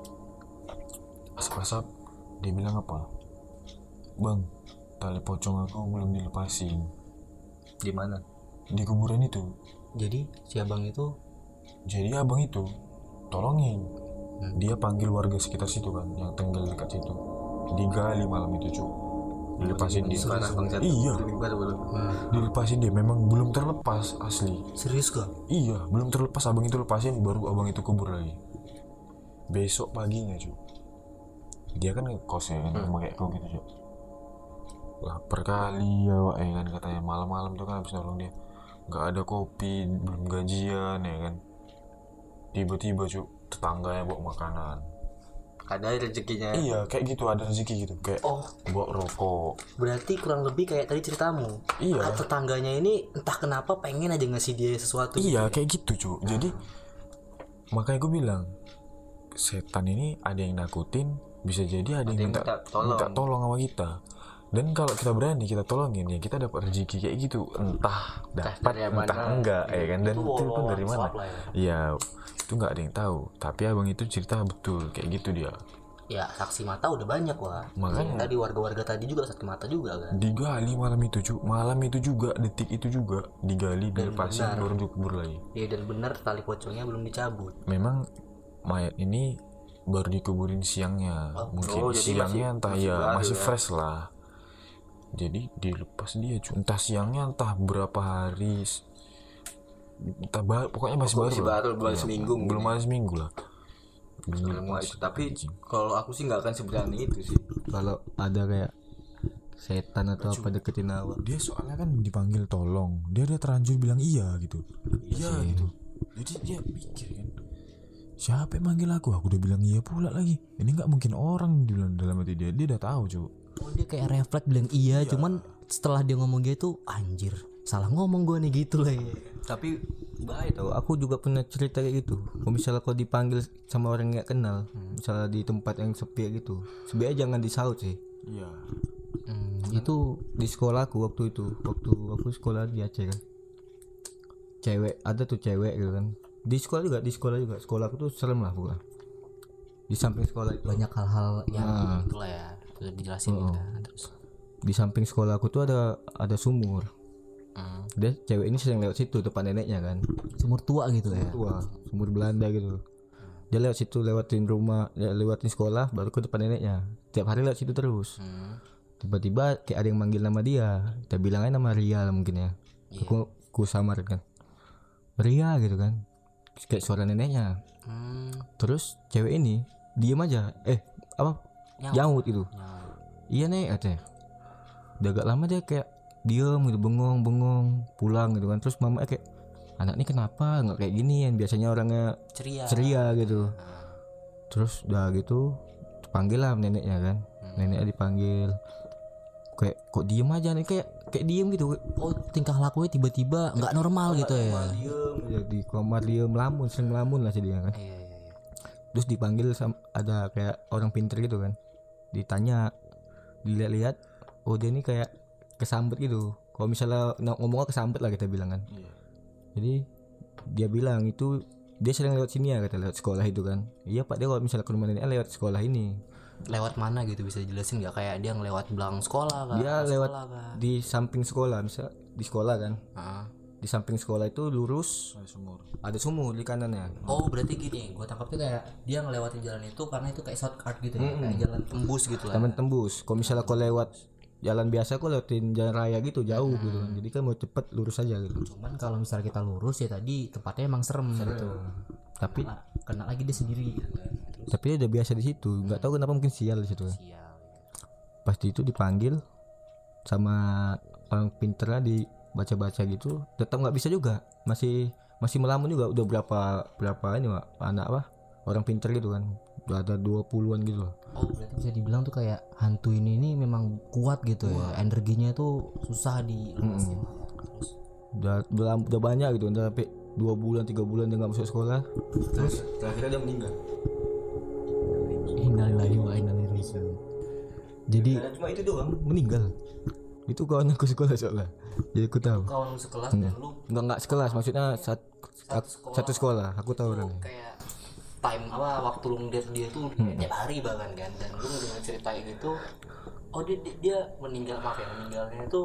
Asap-asap, dia bilang apa? Bang, tali pocong aku belum dilepasin. Di mana? Di kuburan itu. Jadi si abang itu? Jadi abang itu tolongin. Hmm. Dia panggil warga sekitar situ kan, yang tinggal dekat situ. Digali malam itu cuy. Dilepasin dia. Iya. Hmm. Dilepasin dia, memang belum terlepas asli. Serius kah? Iya, belum terlepas, abang itu lepasin, baru abang itu kubur lagi. Besok paginya cuy. Dia kan ngekos ya kan, hmm. sama kayak kau gitu cuy. Lapar kali ya Wak, ya kan katanya, malam-malam tuh kan habis nolong dia. Gak ada kopi, belum gajian ya kan. Tiba-tiba cuy, tetangganya bawa makanan. Ada rezekinya. Iya, kayak gitu, ada rezeki gitu. Kayak oh, bawa rokok. Berarti kurang lebih kayak tadi ceritamu. Iya. Tetangganya ini entah kenapa pengen aja ngasih dia sesuatu. Iya, gitu. Kayak gitu cuy. Nah. Jadi makanya gue bilang, setan ini ada yang nakutin, bisa jadi ada, ada yang minta, minta, tolong. minta tolong sama kita. Dan kalau kita berani kita tolongin, ya kita dapat rezeki kayak gitu. Entah dapat, entah enggak ya kan. Dan itu, itu pun dari mana? Iya, itu nggak ada yang tahu. Tapi abang itu cerita betul kayak gitu dia. Ya saksi mata udah banyak wah. Makanya tadi warga-warga tadi juga saksi mata juga kan. Digali malam itu cu, malam itu juga, detik itu juga digali, dilepasin, baru dikubur lagi. Iya, dan benar tali pocongnya belum dicabut. Memang mayat ini baru dikuburin siangnya. Oh, mungkin oh, siangnya masih, entah masih ya masih ya. fresh lah. Jadi dilepas dia cu, entah siangnya entah berapa hari, entah baru, pokoknya masih oh, baru masih baru belum ya, seminggu belum ada seminggu lah. Belum itu. Tapi kalau aku sih nggak akan seberani itu sih kalau ada kayak setan atau apa deketin awak. Dia soalnya kan dipanggil tolong, dia dia terlanjur bilang iya gitu. Iya gitu. Jadi dia pikir kan, siapa yang manggil aku? Aku udah bilang iya pula lagi. Ini nggak mungkin orang dibilang dalam hati dia. Dia udah tahu cu. Oh, dia kayak refleks bilang iya, iya, cuman setelah dia ngomong gitu, anjir, salah ngomong gue nih gitu lah ya. Tapi bahaya tau, aku juga pernah cerita kayak gitu. Kalau misalnya kau dipanggil sama orang yang gak kenal, hmm. misalnya di tempat yang sepi gitu, sebenarnya jangan disaut sih. Iya. Hmm, itu di sekolahku waktu itu, waktu aku sekolah di Aceh kan. Cewek, ada tuh cewek gitu kan. Di sekolah juga, di sekolah juga. Sekolahku tuh serem lah bukan. Di samping sekolah itu banyak hal-hal yang nah. itulah ya. Udah dijelasin oh. kita terus. Di samping sekolah aku tuh ada ada sumur. Hmm. Dia cewek ini sering lewat situ depan neneknya kan. Sumur tua gitu sumur ya. Tua, sumur Belanda gitu. Dia lewat situ, lewatin rumah, dia lewatin sekolah baru ke depan neneknya. Tiap hari lewat situ terus. Hmm. Tiba-tiba kayak ada yang manggil nama dia. Kita bilang aja nama Ria lah mungkin ya. Yeah. Aku aku samar kan. Ria gitu kan. Kayak suara neneknya. Hmm. Terus cewek ini diem aja. Eh apa? Nyaut. Nyaut gitu. Nyaut. Iya nih katanya. Udah agak lama dia kayak diem gitu, bengong bengong pulang gitu kan. Terus mama kayak, anak ini kenapa nggak kayak gini yang biasanya orangnya Ceria. ceria gitu. Terus udah gitu panggil lah neneknya kan. Hmm. Neneknya dipanggil, kayak kok diem aja nih, kayak kayak diem gitu. Oh tingkah lakunya tiba-tiba nggak normal gitu ya. Diem aja di kamar, diem melamun, sering melamun lah sih dia kan. Iya iya iya. Terus dipanggil sama, ada kayak orang pinter gitu kan, ditanya, dilihat-lihat, oh dia ini kayak kesambet gitu. Kalau misalnya ngomongnya kesambet lah kita bilang kan. Iya. Jadi dia bilang itu dia sering lewat sini ya, kata lewat sekolah itu kan. Iya pak, dia kalau misalnya ke rumah neneknya lewat sekolah ini. Lewat mana gitu bisa dijelasin nggak? Kayak dia ngelewat belakang sekolah kah? Dia Atas lewat sekolah kah? di samping sekolah, misal di sekolah kan. Ah. Di samping sekolah itu lurus Ada sumur. ada sumur di kanannya. Oh berarti gini, gue tangkapnya kayak dia ngelewatin jalan itu karena itu kayak shortcut gitu ya, kayak jalan tembus gitu lah. Taman tembus. Kalau misalnya kau lewat jalan biasa, kau lewatin jalan raya gitu jauh gitu kan. Jadi kan mau cepet lurus aja gitu. Cuman kalau misalnya kita lurus ya tadi tempatnya emang serem, gitu. Tapi Nah, kena lagi dia sendiri gitu kan. Terus tapi dia udah biasa di situ. Nggak tahu kenapa, mungkin sial di situ. sial. Pasti itu dipanggil sama orang pinternya, dibaca-baca gitu, tetap nggak bisa juga, masih masih melamun juga. Udah berapa berapa ini pak anak apa orang pinter gitu kan, udah ada dua puluhan gitu loh. Oh berarti bisa dibilang tuh kayak hantu ini ini memang kuat gitu ya, energinya tuh susah dilepasin. Terus Udah udah, lam- udah banyak gitu, udah sampai dua bulan tiga bulan dia nggak masuk sekolah. Terus terakhirnya dia meninggal. innalillahi wa inna ilaihi raji'un. Jadi Nah, cuma itu doang meninggal. Itu kawan aku sekolah soalnya, jadi aku tahu. kawan lu sekelas dan lu Nggak nggak sekelas, maksudnya sat, Satu ak- sekolah. satu sekolah. Aku tahu tuh kan. kayak time apa waktu lu ngeliat dia tuh tiap hari bahkan kan, dan lu dengan cerita gitu, oh dia dia, dia meninggal, maaf ya, meninggalnya itu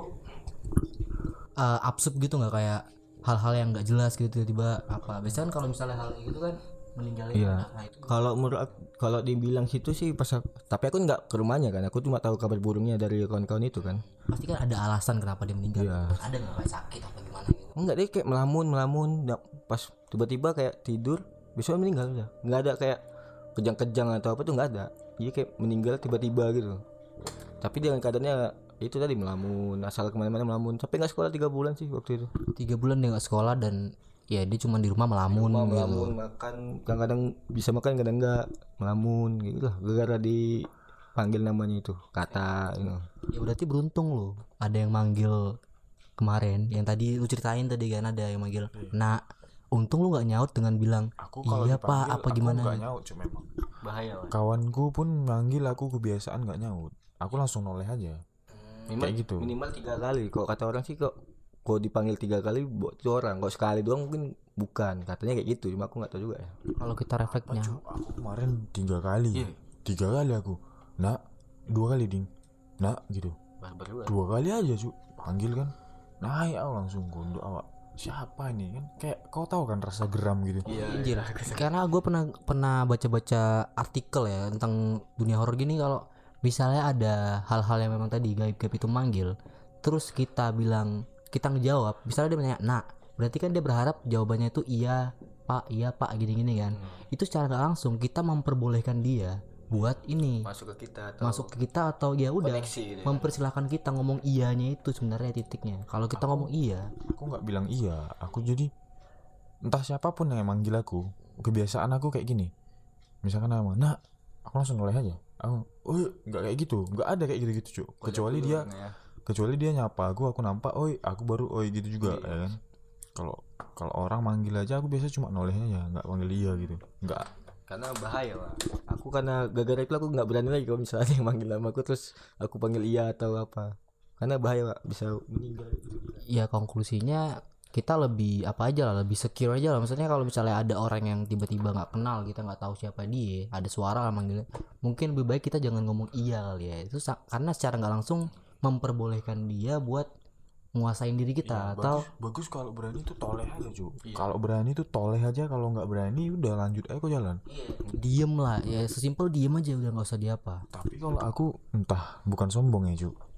uh, absurd gitu nggak, kayak hal-hal yang nggak jelas gitu tiba-tiba apa. Biasanya kan kalau misalnya hal kayak gitu kan meninggalnya Iya. anak, nah itu Kalau menurut aku- kalau dibilang situ sih pas aku- tapi aku nggak ke rumahnya kan, aku cuma tahu kabar burungnya dari kawan-kawan itu kan. pasti kan ada alasan kenapa dia meninggal. Iya. Ada nggak kayak sakit apa gimana gitu? Enggak, dia kayak melamun melamun nggak- pas tiba-tiba kayak tidur besoknya meninggal udah. Nggak ada kayak kejang-kejang atau apa tuh, nggak ada. Jadi kayak meninggal tiba-tiba gitu. Tapi dengan keadaannya itu tadi melamun, asal kemana-mana melamun. Tapi nggak sekolah tiga bulan sih waktu itu. Tiga bulan dia nggak sekolah dan ya dia cuma di rumah melamun Rumah gitu. melamun, makan kadang-kadang bisa makan, kadang enggak, melamun gitu lah. Gara-gara dipanggil namanya itu kata you know. Ya berarti beruntung lo ada yang manggil kemarin, yang tadi lu ceritain tadi kan ada yang manggil. Nah untung lu nggak nyaut dengan bilang Aku kalau iya pak dipanggil, apa aku gimana. nggak nyaut cuma memang. Bahaya lah. Kawanku pun manggil aku kebiasaan nggak nyaut. Aku langsung noleh aja. Minimal, Kayak gitu. minimal tiga kali. Kok kata orang sih kok kok dipanggil tiga kali buat itu orang. Kok sekali doang mungkin bukan. Katanya kayak gitu. Cuma aku nggak tahu juga ya. Kalau kita refleksnya Cu, aku kemarin tiga kali. Iya. Tiga kali aku. Nak, dua kali ding. Nak gitu. Baru-baru. Dua kali aja cu. Panggil kan. Naik aku langsung gondok awak. Siapa ini kan? Kayak kau tahu kan rasa geram gitu. Anjir, karena gue pernah pernah baca-baca artikel ya tentang dunia horor gini, kalau misalnya ada hal-hal yang memang tadi gaib-gaib itu manggil, terus kita bilang, kita ngejawab, misalnya dia nanya nak, berarti kan dia berharap jawabannya itu iya pak, iya pak, gini-gini kan. Itu secara nggak langsung kita memperbolehkan dia buat ini Masuk ke kita atau masuk ke kita, atau ya udah koneksi gitu ya. mempersilahkan kita ngomong iyanya itu sebenarnya titiknya. Kalau kita ngomong iya, Aku nggak bilang iya. Aku jadi entah siapapun yang manggil aku, kebiasaan aku kayak gini. Misalkan nama, nak, aku langsung noleh aja. Aku, oh nggak kayak gitu, nggak ada kayak gitu-gitu cu. Kecuali dia, ya. kecuali dia nyapa aku, aku nampak, oi, aku baru, oi gitu juga, Iya. ya kan. Kalau kalau orang manggil aja, aku biasa cuma noleh aja, nggak manggil iya gitu, nggak. Karena bahaya pak. Aku karena gara-gara itu aku nggak berani lagi kalau misalnya ada yang manggil nama aku terus aku panggil iya atau apa. Karena bahaya pak, bisa meninggal. ya konklusinya kita lebih apa aja lah, lebih secure aja lah. Maksudnya kalau misalnya ada orang yang tiba-tiba nggak kenal, kita nggak tahu siapa dia, ada suara lah manggilnya, mungkin lebih baik kita jangan ngomong iya kali ya. Itu sa- karena secara nggak langsung memperbolehkan dia buat nguasain diri kita. Ya, atau bagus, bagus kalau berani tuh toleh aja cu. Kalau berani tuh toleh aja, kalau nggak berani udah lanjut aja kok jalan. diem lah ya, sesimpel diem aja udah, nggak usah diapa. Tapi kalau aku entah, bukan sombong ya cu.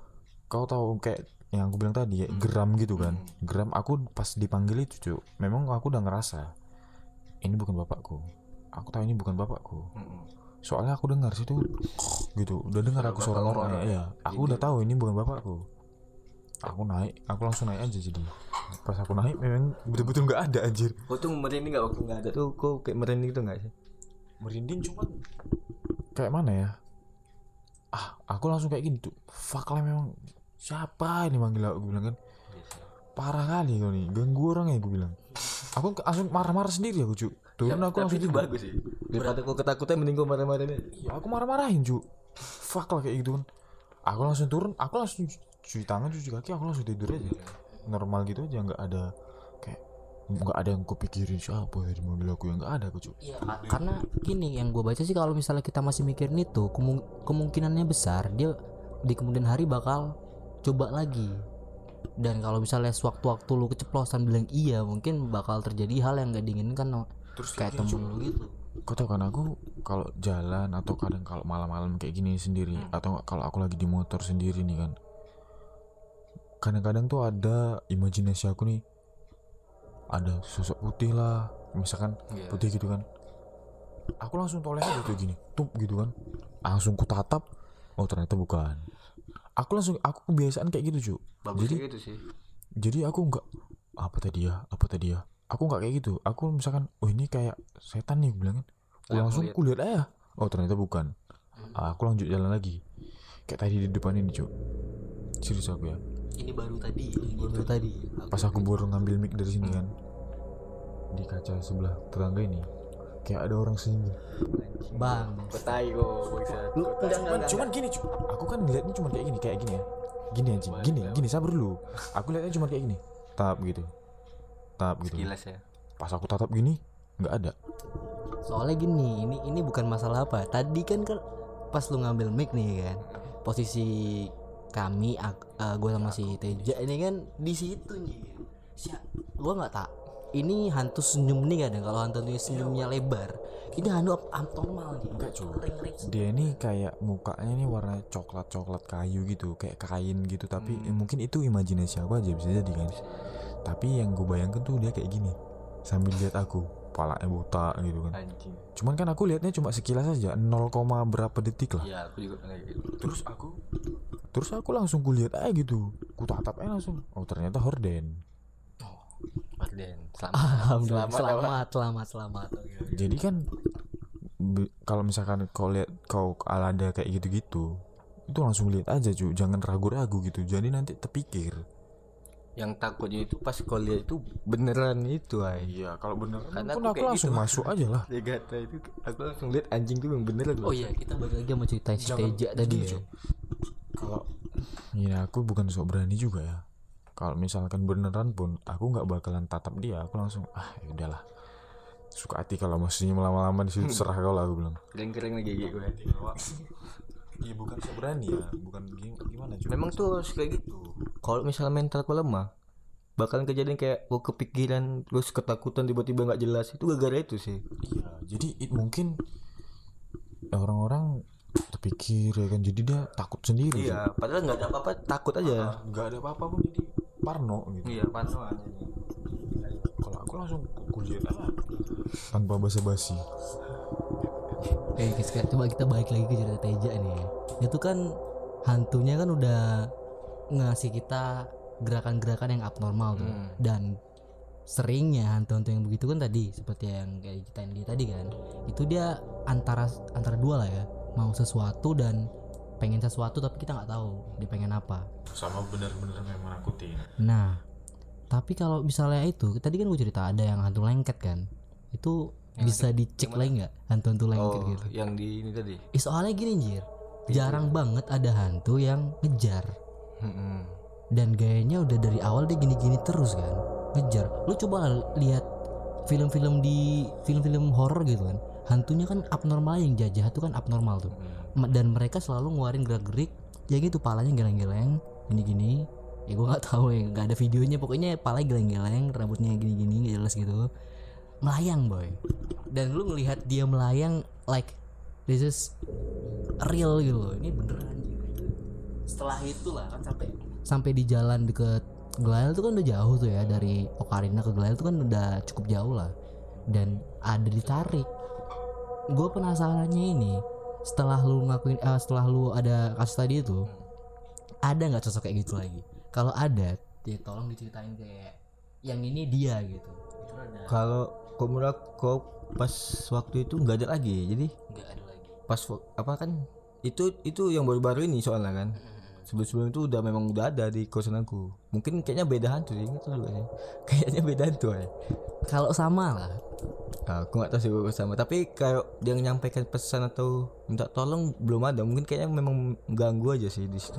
Kau tahu kayak yang aku bilang tadi ya, geram gitu kan. Geram aku pas dipanggil itu cu. Memang aku udah ngerasa ini bukan bapakku. Aku tahu ini bukan bapakku. Soalnya aku dengar situ gitu, udah dengar aku suara orang ya. Aku udah tahu ini bukan bapakku. Aku naik, aku langsung naik aja jadi. Pas aku naik memang betul-betul nggak ada anjir. Kau tuh merinding nggak waktu nggak ada tuh? Kau kayak merinding tuh nggak sih? Merinding cuman kayak mana ya? Ah, aku langsung kayak gini tuh. Fuck lah memang siapa ini manggil aku bilang kan. Parah kali kau nih, ganggu orang ya gue bilang. Aku langsung marah-marah sendiri aku cu. Turun Ya, aku langsung itu tidur. bagus sih. Daripada kau ketakutan mending kau marah-marahin. Ya aku marah-marahin cu. Fuck lah kayak gitu kan. Aku langsung turun, aku langsung cuci tangan, cuci kaki, aku langsung tidur aja. Normal gitu aja, nggak ada kayak nggak ada yang kupikirin siapa dari mobil aku yang nggak ada aku cu. Iya, karena gini yang gue baca sih kalau misalnya kita masih mikirin itu kemung- kemungkinannya besar dia di kemudian hari bakal coba lagi. Dan kalau misalnya sewaktu-waktu lu keceplosan bilang iya, mungkin bakal terjadi hal yang gak diinginkan no. Terus kayak kayak temen lu gitu. Kau tau kan aku kalau jalan atau kadang kalau malam-malam kayak gini sendiri hmm. atau nggak kalau aku lagi di motor sendiri nih kan, kadang-kadang tuh ada imajinasi aku nih, ada sosok putih lah misalkan yeah. putih gitu kan, aku langsung toleh aja tuh gini tuh gitu kan, langsung ku tatap, oh ternyata bukan. Aku langsung aku kebiasaan kayak gitu cu. Bagus jadi gitu sih. Jadi aku nggak apa tadi ya apa tadi ya aku nggak kayak gitu. Aku misalkan oh ini kayak setan nih bilang kan, aku langsung ku lihat aja, oh ternyata bukan. hmm. Aku lanjut jalan lagi kayak tadi di depan ini cu, serius aku ya. Ini baru tadi ini baru tadi Pas aku baru ngambil mic dari sini kan, di kaca sebelah tetangga ini kayak ada orang senyum bang Petai kok bisa. lu enggak cuman, cuman gini cu, aku kan ngeliatnya cuma kayak gini kayak gini ya, gini anjing, gini gini sabar dulu. Aku lihatnya cuma kayak gini, tap gitu, tap gitu. Sekilas ya. Pas aku tatap gini nggak ada. soalnya gini ini ini bukan masalah apa tadi kan kan pas lu ngambil mic nih kan posisi kami uh, gue sama si Teja ini kan di situ nih si gue nggak tak ini hantu senyum nih kadang kalau hantu senyumnya lebar ini hantu abnormal nih. Enggak cu, dia ini kayak mukanya ini warna coklat coklat kayu gitu kayak kain gitu, tapi hmm. eh, mungkin itu imajinasi aku aja, bisa jadi kan. Tapi yang gue bayangkan tuh dia kayak gini sambil lihat aku, palanya buta gitu kan. Anjing. Cuman kan aku lihatnya cuma sekilas aja, nol, berapa detik lah. Iya aku juga kayak gitu. Terus aku terus aku langsung kulihat aja gitu, ku tatap aja langsung, oh ternyata horden. Horden. Selamat. Alhamdulillah. Selamat, Selamat, selamat, selamat. Oke, oke. Jadi kan be- kalau misalkan kau lihat kau ada kayak gitu-gitu, itu langsung lihat aja cu, jangan ragu-ragu gitu. Jadi nanti terpikir. Yang takutnya itu pas kau lihat itu beneran itu ay. Iya, kalau beneran Karena pun aku aku, kayak langsung gitu. masuk aja lah. Ya gata itu aku langsung lihat anjing tuh yang beneran. Oh iya kita balik lagi sama cerita si Jangan- Teja tadi gini, ya. Cu. Kalau ini aku bukan sok berani juga ya. Kalau misalkan beneran pun aku nggak bakalan tatap dia, aku langsung ah ya udahlah. Suka hati kalau maksudnya lama-lama di situ serah kau lah aku bilang. Kering-kering lagi gigi gue. Iya bukan sok berani ya, bukan gimana cuy. Memang tuh harus kayak gitu. Kalau misalnya mental kau lemah, bakalan kejadian kayak kau kepikiran terus ketakutan tiba-tiba nggak jelas, itu gara-gara itu sih. Iya, jadi it, mungkin orang-orang terpikir ya kan, jadi dia takut sendiri. Iya, padahal nggak ada apa-apa, takut aja. Nggak ada apa-apa pun jadi parno gitu. Iya, parno aja. Kalau aku langsung kulihat aja tanpa basa-basi. Oke, okay, coba kita balik lagi ke cerita Teja nih. Itu kan hantunya kan udah ngasih kita gerakan-gerakan yang abnormal tuh. Hmm. Dan seringnya hantu-hantu yang begitu kan tadi seperti yang kayak kita ini tadi kan, itu dia antara antara dua lah ya, mau sesuatu dan pengen sesuatu tapi kita nggak tahu dia pengen apa. Sama benar-benar memang nakutin. Nah, tapi kalau misalnya itu tadi kan gue cerita ada yang hantu lengket kan, itu yang bisa lengket, dicek lagi nggak hantu-hantu lengket oh, gitu? Yang di ini tadi. Eh, soalnya gini Jir, jarang ya. banget ada hantu yang ngejar. Hmm. Dan gayanya udah dari awal dia gini-gini terus kan, ngejar. Lu coba lihat film-film di film-film horor gitu kan, hantunya kan abnormal, yang jajah itu kan abnormal tuh. Hmm. Dan mereka selalu ngeluarin gerak-gerik ya gitu, palanya geleng-geleng gini-gini. Ya gue nggak tahu ya, nggak ada videonya, pokoknya palanya geleng-geleng, rambutnya gini-gini nggak jelas gitu, melayang boy. Dan lu ngelihat dia melayang like this is real gitu loh, ini beneran gitu. Setelah itulah kan sampai sampai di jalan deket Gelail tuh kan udah jauh tuh ya, dari Ocarina ke Gelail tuh kan udah cukup jauh lah, dan ada ditarik gue penasarannya ini, setelah lu ngakuin eh, setelah lu ada kasus tadi itu, ada nggak sosok kayak gitu lagi? Kalau ada, ya tolong diceritain kayak yang ini dia gitu. Itu ada. Kalau kau menurut kau pas waktu itu nggak ada lagi, jadi Nggak ada lagi. pas wak- apa kan itu itu yang baru-baru ini soalnya kan. Sebelum-sebelum itu udah memang udah ada di kosan aku. Mungkin kayaknya beda hantu sih, nggak tahu juga sih. Kayaknya beda hantu ya. Kalau sama lah. Nah, aku nggak tahu sih kalau sama, tapi kalau dia menyampaikan pesan atau minta tolong belum ada. Mungkin kayaknya memang ganggu aja sih di situ.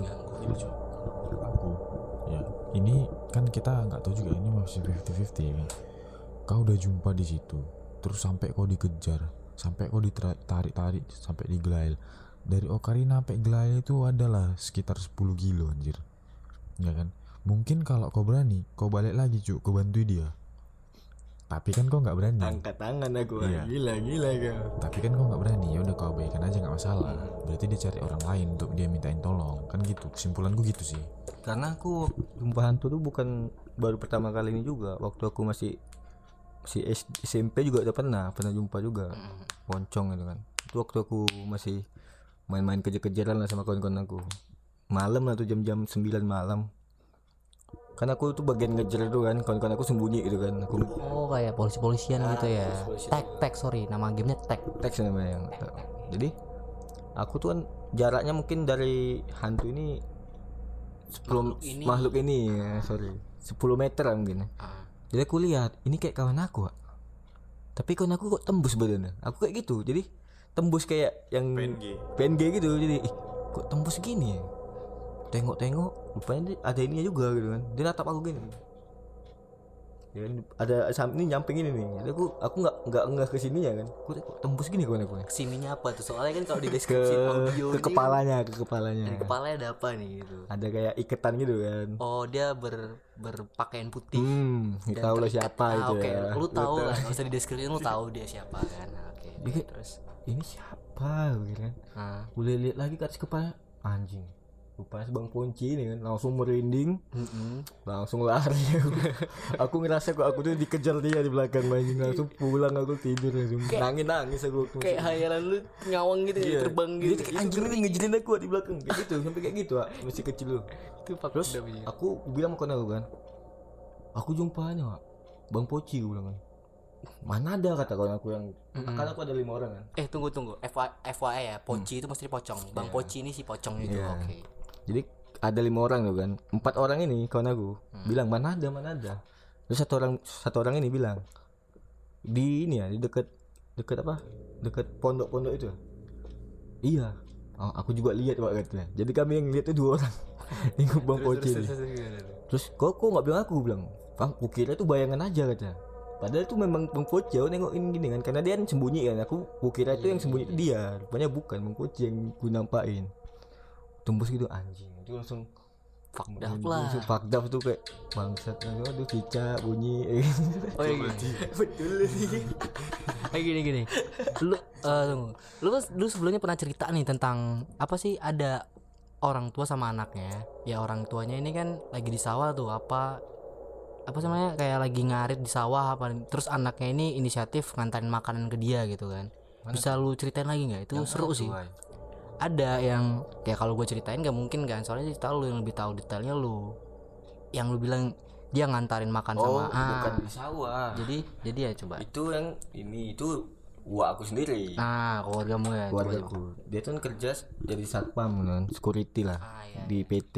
Aku ya ini kan kita nggak tahu juga, ini masih fifty fifty ya kan. Kau udah jumpa di situ, terus sampai kau dikejar, sampai kau ditarik-tarik sampai di Gelail. Dari Ocarina sampai Gelail itu adalah sekitar sepuluh kilo anjir, ya kan. Mungkin kalau kau berani kau balik lagi cuk, kau bantu dia, tapi kan kau nggak berani. Angkat tangan aku. Iya. Gila gila kau. Tapi kan kau nggak berani, ya udah kau abaikan aja nggak masalah. Berarti dia cari orang lain untuk dia mintain tolong, kan gitu. Kesimpulanku gitu sih. Karena aku jumpa hantu tuh bukan baru pertama kali ini juga. Waktu aku masih si S M P juga udah pernah pernah jumpa juga poncong gitu kan. Itu waktu aku masih main-main kejar-kejaran lah sama kawan-kawan aku. Malam lah tuh jam-jam sembilan malam. Kan aku tuh bagian ngejar itu kan, kawan-kawan aku sembunyi gitu kan. Aku Oh kayak polisi-polisian gitu ya. Tag tag sorry, nama gamenya tag. teks namanya yang. Jadi aku tuh kan jaraknya mungkin dari hantu ini sepuluh Makhluk ini. makhluk ini ya, sorry sepuluh meter lah mungkin. Jadi aku lihat ini kayak kawan aku, Wak. Tapi kawan aku kok tembus badannya. Aku kayak gitu. Jadi tembus kayak yang P N G, P N G gitu. Jadi ih, kok tembus gini ya? Tengok-tengok, rupanya dia ada ininya juga gitu kan. Dia natap aku gini. Ya kan, ada sam- ini nyamping ini nih. Jadi aku aku nggak nggak nggak ke sini ya kan. Kok kok tembus gini kawan aku. Kesininya apa tuh? Soalnya kan kalau di Ke deskripsi audio ke ini kepalanya, ke kepalanya. kan, di kepalanya ada apa nih gitu. Ada kayak iketan gitu kan. Oh dia ber berpakaian putih. Hmm, Dan tahu lah terikat. siapa Ah, itu oke, ya. lu tahu lah, nggak usah dideskripsi, lu tahu dia siapa kan. Nah, oke. Jadi, Terus, ini siapa gitu kan. nah, Boleh lihat lagi ke atas kepala, anjing. Rupanya Bang Ponci ini kan langsung merinding, langsung lari. Aku ngerasa kok aku tuh dikejar dia di belakang anjing, langsung pulang aku tidur langsung. Nangis nangis aku. kayak hayalan lu ngawang gitu ya, terbang gitu. Jadi kayak anjing ini ngejelin aku di belakang kayak gitu, sampai kayak gitu, Wak. Masih kecil lu. Itu pak Terus aku bilang sama kawan aku kan, aku jumpanya Wak, Bang Poci gue bilang kan. Mana ada kata kawan aku yang kan aku ada lima orang kan. Eh tunggu tunggu, F Y I ya, Poci itu mesti pocong. Bang Poci ini si pocong itu, Iya. oke. Jadi ada lima orang tuh kan, empat orang ini kawan aku bilang mana ada mana ada. Terus satu orang satu orang ini bilang di ini ya di dekat dekat apa dekat pondok-pondok itu. Iya. Oh, aku juga lihat Pak katanya. Jadi kami yang lihat itu dua orang. Ini Bang Poci. Terus, terus kok kok nggak bilang aku bilang, Bang, aku kira itu bayangan aja katanya. Padahal itu memang Bang Poci, aku nengokin gini kan, karena dia kan sembunyi kan. Aku aku kira itu yang sembunyi itu dia, rupanya bukan Bang Poci yang ku nampakin. Tembus gitu anjing, itu langsung Fucked up lah. langsung fucked up tuh kayak bangsat, aduh cicak bunyi. Oh iya gini. Betul sih. Kayak gini gini. Lu eh tunggu. Lu lu sebelumnya pernah cerita nih tentang apa sih, ada orang tua sama anaknya. Ya orang tuanya ini kan lagi di sawah tuh, apa apa namanya, kayak lagi ngarit di sawah apa, terus anaknya ini inisiatif ngantarin makanan ke dia gitu kan. Bisa lu ceritain lagi nggak? Itu seru sih. Ada yang ya kalau gue ceritain gak mungkin kan, soalnya cerita lu yang lebih tahu detailnya lu. Yang lu bilang dia ngantarin makan Oh, sama ah. bukan di sawah. Jadi jadi ya coba. Itu yang ini itu gua aku sendiri. Nah, keluargamu ya. coba, Keluarga coba. aku. Dia tuh kan kerja jadi satpam kan, security lah Ah, iya. di P T.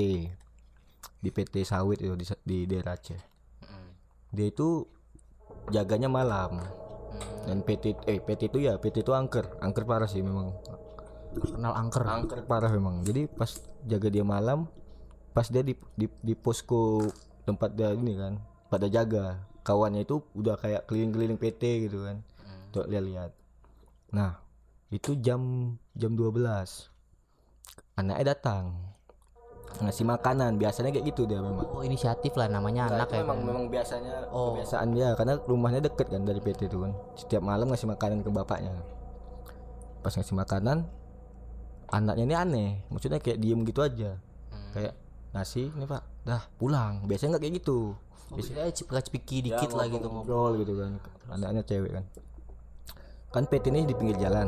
Di P T sawit itu di, di daerah Aceh. Mm. Dia itu jaganya malam. Dan P T eh P T itu ya, P T itu angker, angker parah sih memang. Kenal angker. Angker parah memang. Jadi pas jaga dia malam, pas dia di di, di posko tempat dia ini kan, pada jaga, kawannya itu udah kayak keliling-keliling P T gitu kan. Untuk lihat-lihat. Nah, itu jam jam dua belas. Anaknya datang. Ngasih makanan, biasanya kayak gitu dia memang. Oh, inisiatif lah namanya Nah, anak itu ya. memang kan? memang biasanya Oh. kebiasaan dia karena rumahnya deket kan dari P T itu kan. Setiap malam ngasih makanan ke bapaknya. Pas ngasih makanan, anaknya ini aneh, maksudnya kayak diem gitu aja. Hmm. Kayak ngasih, nih Pak, dah pulang. Biasanya nggak kayak gitu. Oh, biasanya cipika-cipiki dikit lah gitu ngobrol. Ngobrol gitu kan. Anaknya cewek kan. Kan P T ini di pinggir jalan,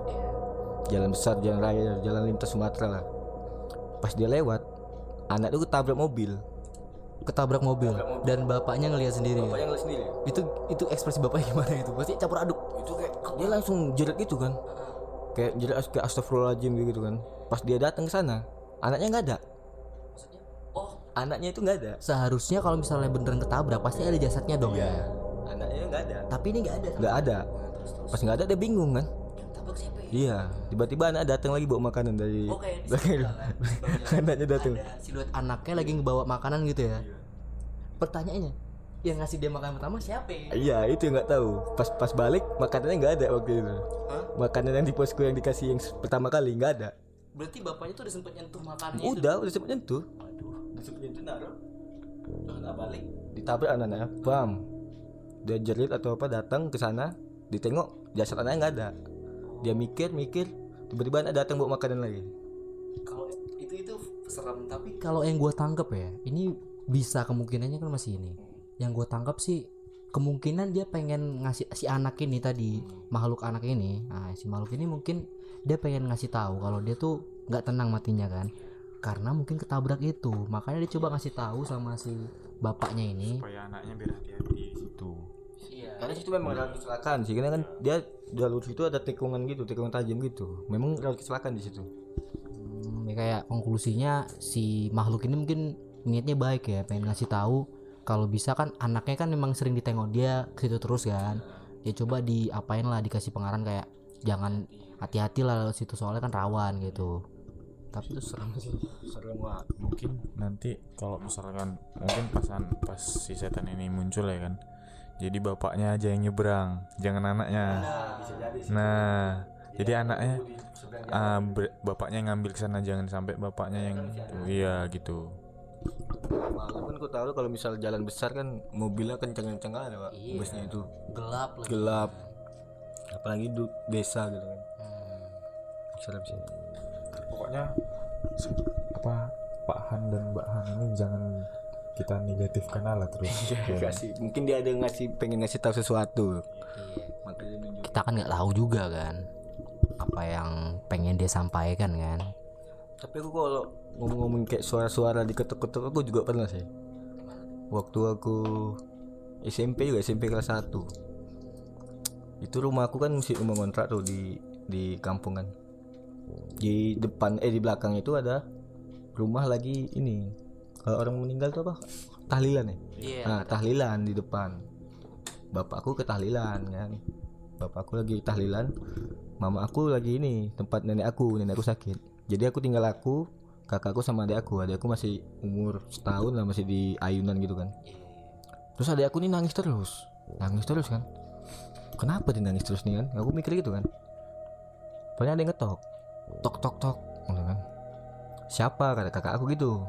jalan besar, jalan raya, jalan lintas Sumatera lah. Pas dia lewat, anak tuh ketabrak mobil. Ketabrak mobil dan bapaknya ngelihat sendiri. Bapaknya ngeliat sendiri. Itu itu ekspresi bapaknya gimana itu? Pasti campur aduk. Itu kayak dia langsung jerit gitu kan, kayak jerit kayak astagfirullahaladzim gitu kan. Pas dia datang ke sana, anaknya nggak ada. Oh, Anaknya itu nggak ada. seharusnya kalau misalnya beneran ketabrak pasti ada jasadnya dong ya. Anaknya nggak ada. Tapi ini nggak ada. Nggak ada. Pas nggak ada dia bingung kan. Tabrak siapa ya? Iya. Tiba-tiba anak datang lagi bawa makanan dari. Oh, kayak di belakang. sebelah kan. Anaknya datang. Ada siluet anaknya lagi ngebawa makanan gitu ya. Pertanyaannya, yang ngasih dia makan pertama siapa ya? Iya itu yang nggak tahu. Pas pas balik makanannya nggak ada waktu itu. Hah? Makanan yang di posko yang dikasih yang pertama kali nggak ada. Berarti bapaknya tuh udah sempet nyentuh makanannya Udah udah sempet nyentuh. Aduh. Udah sempet nyentuh naruh. Terus anak balik. Ditabrak anaknya. Bam. Dia jerit atau apa datang ke sana, ditengok jasad anaknya nggak ada. Dia mikir mikir, tiba-tiba anak datang bawa makanan lagi. Kalau itu itu serem, tapi kalau yang gue tangkep ya, ini bisa kemungkinannya kan masih ini. Yang gue tangkap sih kemungkinan dia pengen ngasih si anak ini tadi, makhluk anak ini. Nah, si makhluk ini mungkin dia pengen ngasih tahu kalau dia tuh nggak tenang matinya kan. Karena mungkin ketabrak itu. Makanya dia coba ngasih tahu sama si bapaknya ini supaya anaknya biar hati-hati di situ. Iya. Karena situ memang rawan kecelakaan sih, karena kan dia jalur situ ada tikungan gitu, tikungan tajam gitu. Memang rawan kecelakaan di situ. Hmm, ya kayak konklusinya si makhluk ini mungkin niatnya baik ya, pengen ngasih tahu kalau bisa kan anaknya kan memang sering ditengok dia ke situ terus kan. Ya coba diapain lah, dikasih pengarahan kayak jangan, hati-hati lah lewat situ soalnya kan rawan gitu. Tapi itu serem sih. Serem banget. Mungkin nanti kalau misalkan mungkin pasan pas si setan ini muncul ya kan, jadi bapaknya aja yang nyebrang, jangan anaknya. Nah, bisa jadi sih. Nah, jadi anaknya ah, ber- bapaknya ngambil ke sana, jangan sampai bapaknya yang iya gitu. Malam kan kau tahu kalau misal jalan besar kan mobilnya kenceng-kenceng ada pak. Iya. Busnya itu Gelap lagi. gelap. Apalagi di desa gitu kan. Hmm. Serem sih. Pokoknya apa Pak Han dan Mbak Han ini jangan kita negatifkan lah terus. Kasih. Mungkin dia ada ngasih pengen ngasih tahu sesuatu. Iya. Makanya nunjuk. Kita kan nggak tahu juga kan apa yang pengen dia sampaikan kan. Tapi aku kalau ngomong-ngomong kayak suara-suara diketuk-ketuk aku juga pernah sih. Waktu aku S M P juga, S M P kelas satu. Itu rumah aku kan masih rumah kontrak tuh di di kampung kan. Di depan eh di belakang itu ada rumah lagi ini. Kalau orang meninggal tuh apa? Tahlilan ya? Iya. Nah, tahlilan di depan. Bapakku ke tahlilan kan. Bapakku lagi tahlilan. Mama aku lagi ini tempat nenek aku, nenek aku sakit. Jadi aku tinggal aku, kakakku sama adik aku. Adik aku masih umur setahun lah, masih di ayunan gitu kan. Terus adik aku nih nangis terus, nangis terus kan. Kenapa dia nangis terus nih kan? Aku mikir gitu kan. Pokoknya ada yang ngetok, tok tok tok, gitu kan. Siapa kata kakak aku gitu.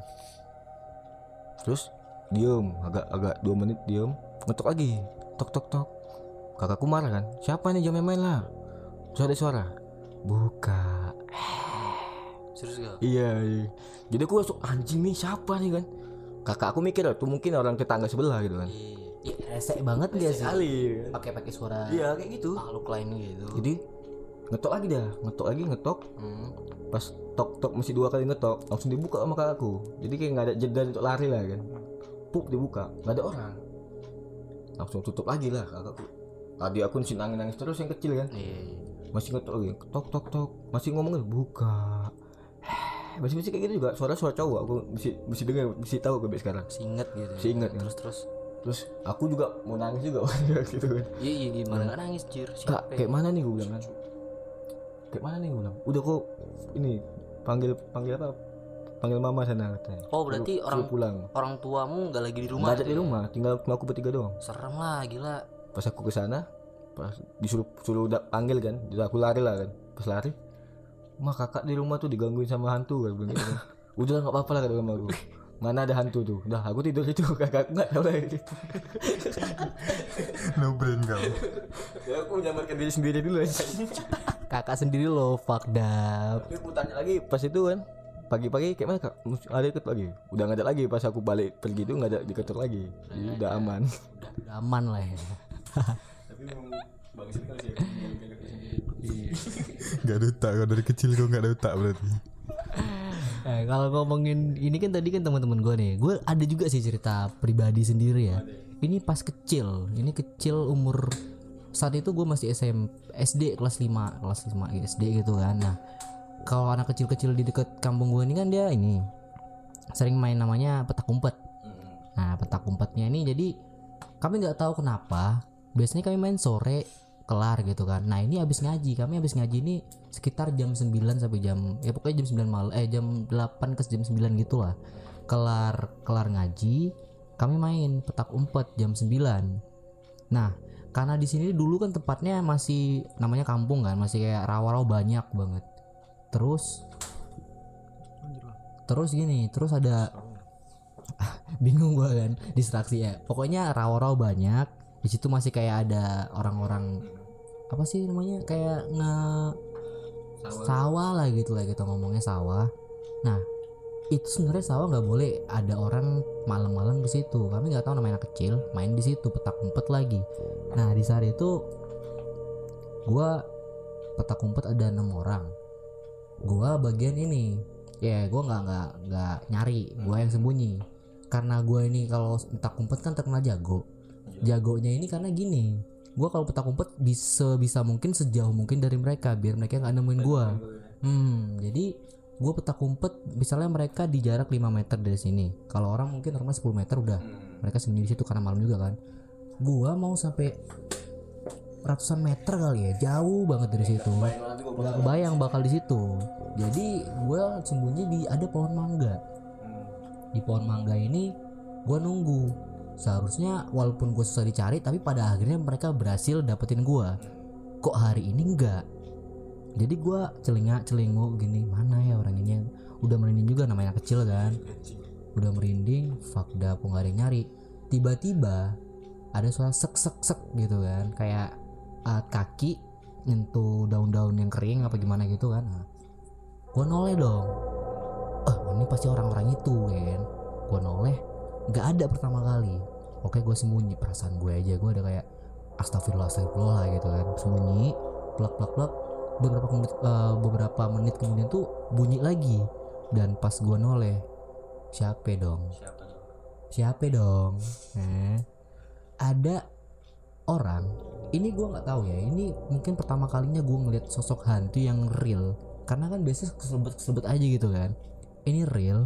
Terus diem, agak agak dua menit diem, ngetok lagi, tok tok tok. Kakakku marah kan. Siapa nih jam main lah? Terus ada suara, buka. Serius gak? Iya, iya. Jadi aku langsung anjing nih siapa nih kan. Kakak aku mikir tuh mungkin orang tetangga sebelah gitu kan. Iya, resek banget dia sih. Sekali. Pakai pakai suara Iya kayak gitu. makhluk lain gitu. Jadi ngetok lagi dah, ngetok lagi ngetok. Hmm. Pas tok tok masih dua kali ngetok, langsung dibuka sama kakakku. Jadi kayak nggak ada jeda untuk lari lah kan. Pup dibuka, nggak ada orang. Langsung tutup lagi lah kakakku. Tadi aku masih nangis nangis terus yang kecil kan. Iya, iya. Masih ngetok lagi, tok tok tok, masih ngomong buka. Masih masih kayak gitu juga, suara-suara cowok aku mesti mesti dengar, mesti tahu gue sekarang. Masih inget gitu. Masih inget kan. Terus terus. Terus aku juga mau nangis juga gitu kan. Iya iya gimana nggak nangis jir. Kak, Siapa? kayak mana nih gue bilang kan? Kayak mana nih gue bilang? Udah kok ini panggil panggil apa? Panggil mama sana katanya. Oh berarti Suruh- orang suruh pulang. orang tuamu nggak lagi di rumah? Nggak ada tuh di ya? rumah, tinggal cuma aku bertiga doang. Serem lah gila. Pas aku ke sana, pas disuruh suruh udah panggil kan, jadi aku lari lah kan. Pas lari, mah kakak di rumah tuh digangguin sama hantu kan bilang gitu kan. Udah nggak apa-apa lah kata mama aku. Mana ada hantu tuh. Udah aku tidur situ, kakak nggak tahu lah gitu. No brain kau. Ya aku menyamarkan diri sendiri dulu aja. Kakak sendiri lo fucked up. Tapi aku tanya lagi pas itu kan, pagi-pagi kayak mana kak? Mus- Ada ikut lagi? Udah nggak ada lagi. Pas aku balik pergi itu nggak ada diketuk lagi. Jadi udah aman. Udah, udah aman lah ya. Tapi Bagus sekali sih. Gak ada otak, kalau dari kecil gue gak ada otak berarti. Eh, kalau ngomongin ini kan tadi kan teman-teman gue nih, gue ada juga sih cerita pribadi sendiri ya. Ini pas kecil, ini kecil umur saat itu gue masih S M S D kelas lima kelas lima S D gitu kan. Nah kalau anak kecil-kecil di dekat kampung gue ini kan dia ini sering main namanya petak umpet. Nah petak umpetnya ini jadi kami nggak tahu kenapa biasanya kami main sore kelar gitu kan. Nah ini habis ngaji, kami habis ngaji ini sekitar jam sembilan sampai jam ya pokoknya jam sembilan malam eh jam delapan ke jam sembilan gitulah. Kelar kelar ngaji kami main petak umpet jam sembilan. Nah karena di sini dulu kan tempatnya masih namanya kampung kan, masih kayak rawa-rawa banyak banget. Terus terus gini, terus ada bingung gua kan, distraksi ya. Pokoknya rawa-rawa banyak. Di situ masih kayak ada orang-orang apa sih namanya kayak nge sawah, sawah lah gitu lah kita ngomongnya sawah. Nah itu sebenarnya sawah nggak boleh ada orang malam-malam di situ. Kami nggak tahu namanya anak kecil main di situ petak umpet lagi. Nah di saat itu gua petak umpet ada enam orang. Gua bagian ini ya yeah, gua nggak nggak nggak nyari, gua yang sembunyi karena gua ini kalau petak umpet kan terkenal jago. Jagonya ini karena gini, gua kalau petak umpet bisa bisa mungkin sejauh mungkin dari mereka biar mereka nggak nemuin gua. Hmm jadi gue petak umpet misalnya mereka di jarak lima meter dari sini. Kalau orang mungkin normal sepuluh meter udah hmm. mereka sembunyi di situ karena malam juga kan. Gua mau sampai ratusan meter kali ya, jauh banget dari situ. Gak kebayang bakal di situ. Jadi gue sembunyi di ada pohon mangga. Di pohon mangga ini gue nunggu. Seharusnya walaupun gue susah dicari, tapi pada akhirnya mereka berhasil dapetin gue. Kok hari ini enggak? Jadi gue celingak celinguk gini, mana ya orang ini? Udah merinding juga namanya kecil kan. Udah merinding, fuck dah aku gak ada yang nyari. Tiba-tiba ada suara sek sek sek gitu kan, kayak uh, kaki nyentuh daun-daun yang kering apa gimana gitu kan. Nah, gue noleh dong. Eh ini pasti orang-orang itu kan. Gue noleh, nggak ada pertama kali. Oke gue sembunyi, perasaan gue aja gue ada kayak astagfirullah astagfirullah gitu kan, sembunyi, plak plak plak. Beberapa menit, uh, beberapa menit kemudian tuh bunyi lagi. Dan pas gue noleh, siapa dong? Siapa dong? Siapa dong? Eh, ada orang. Ini gue nggak tahu ya. Ini mungkin pertama kalinya gue ngeliat sosok hantu yang real. Karena kan biasanya keselebet-keselebet aja gitu kan. Ini real.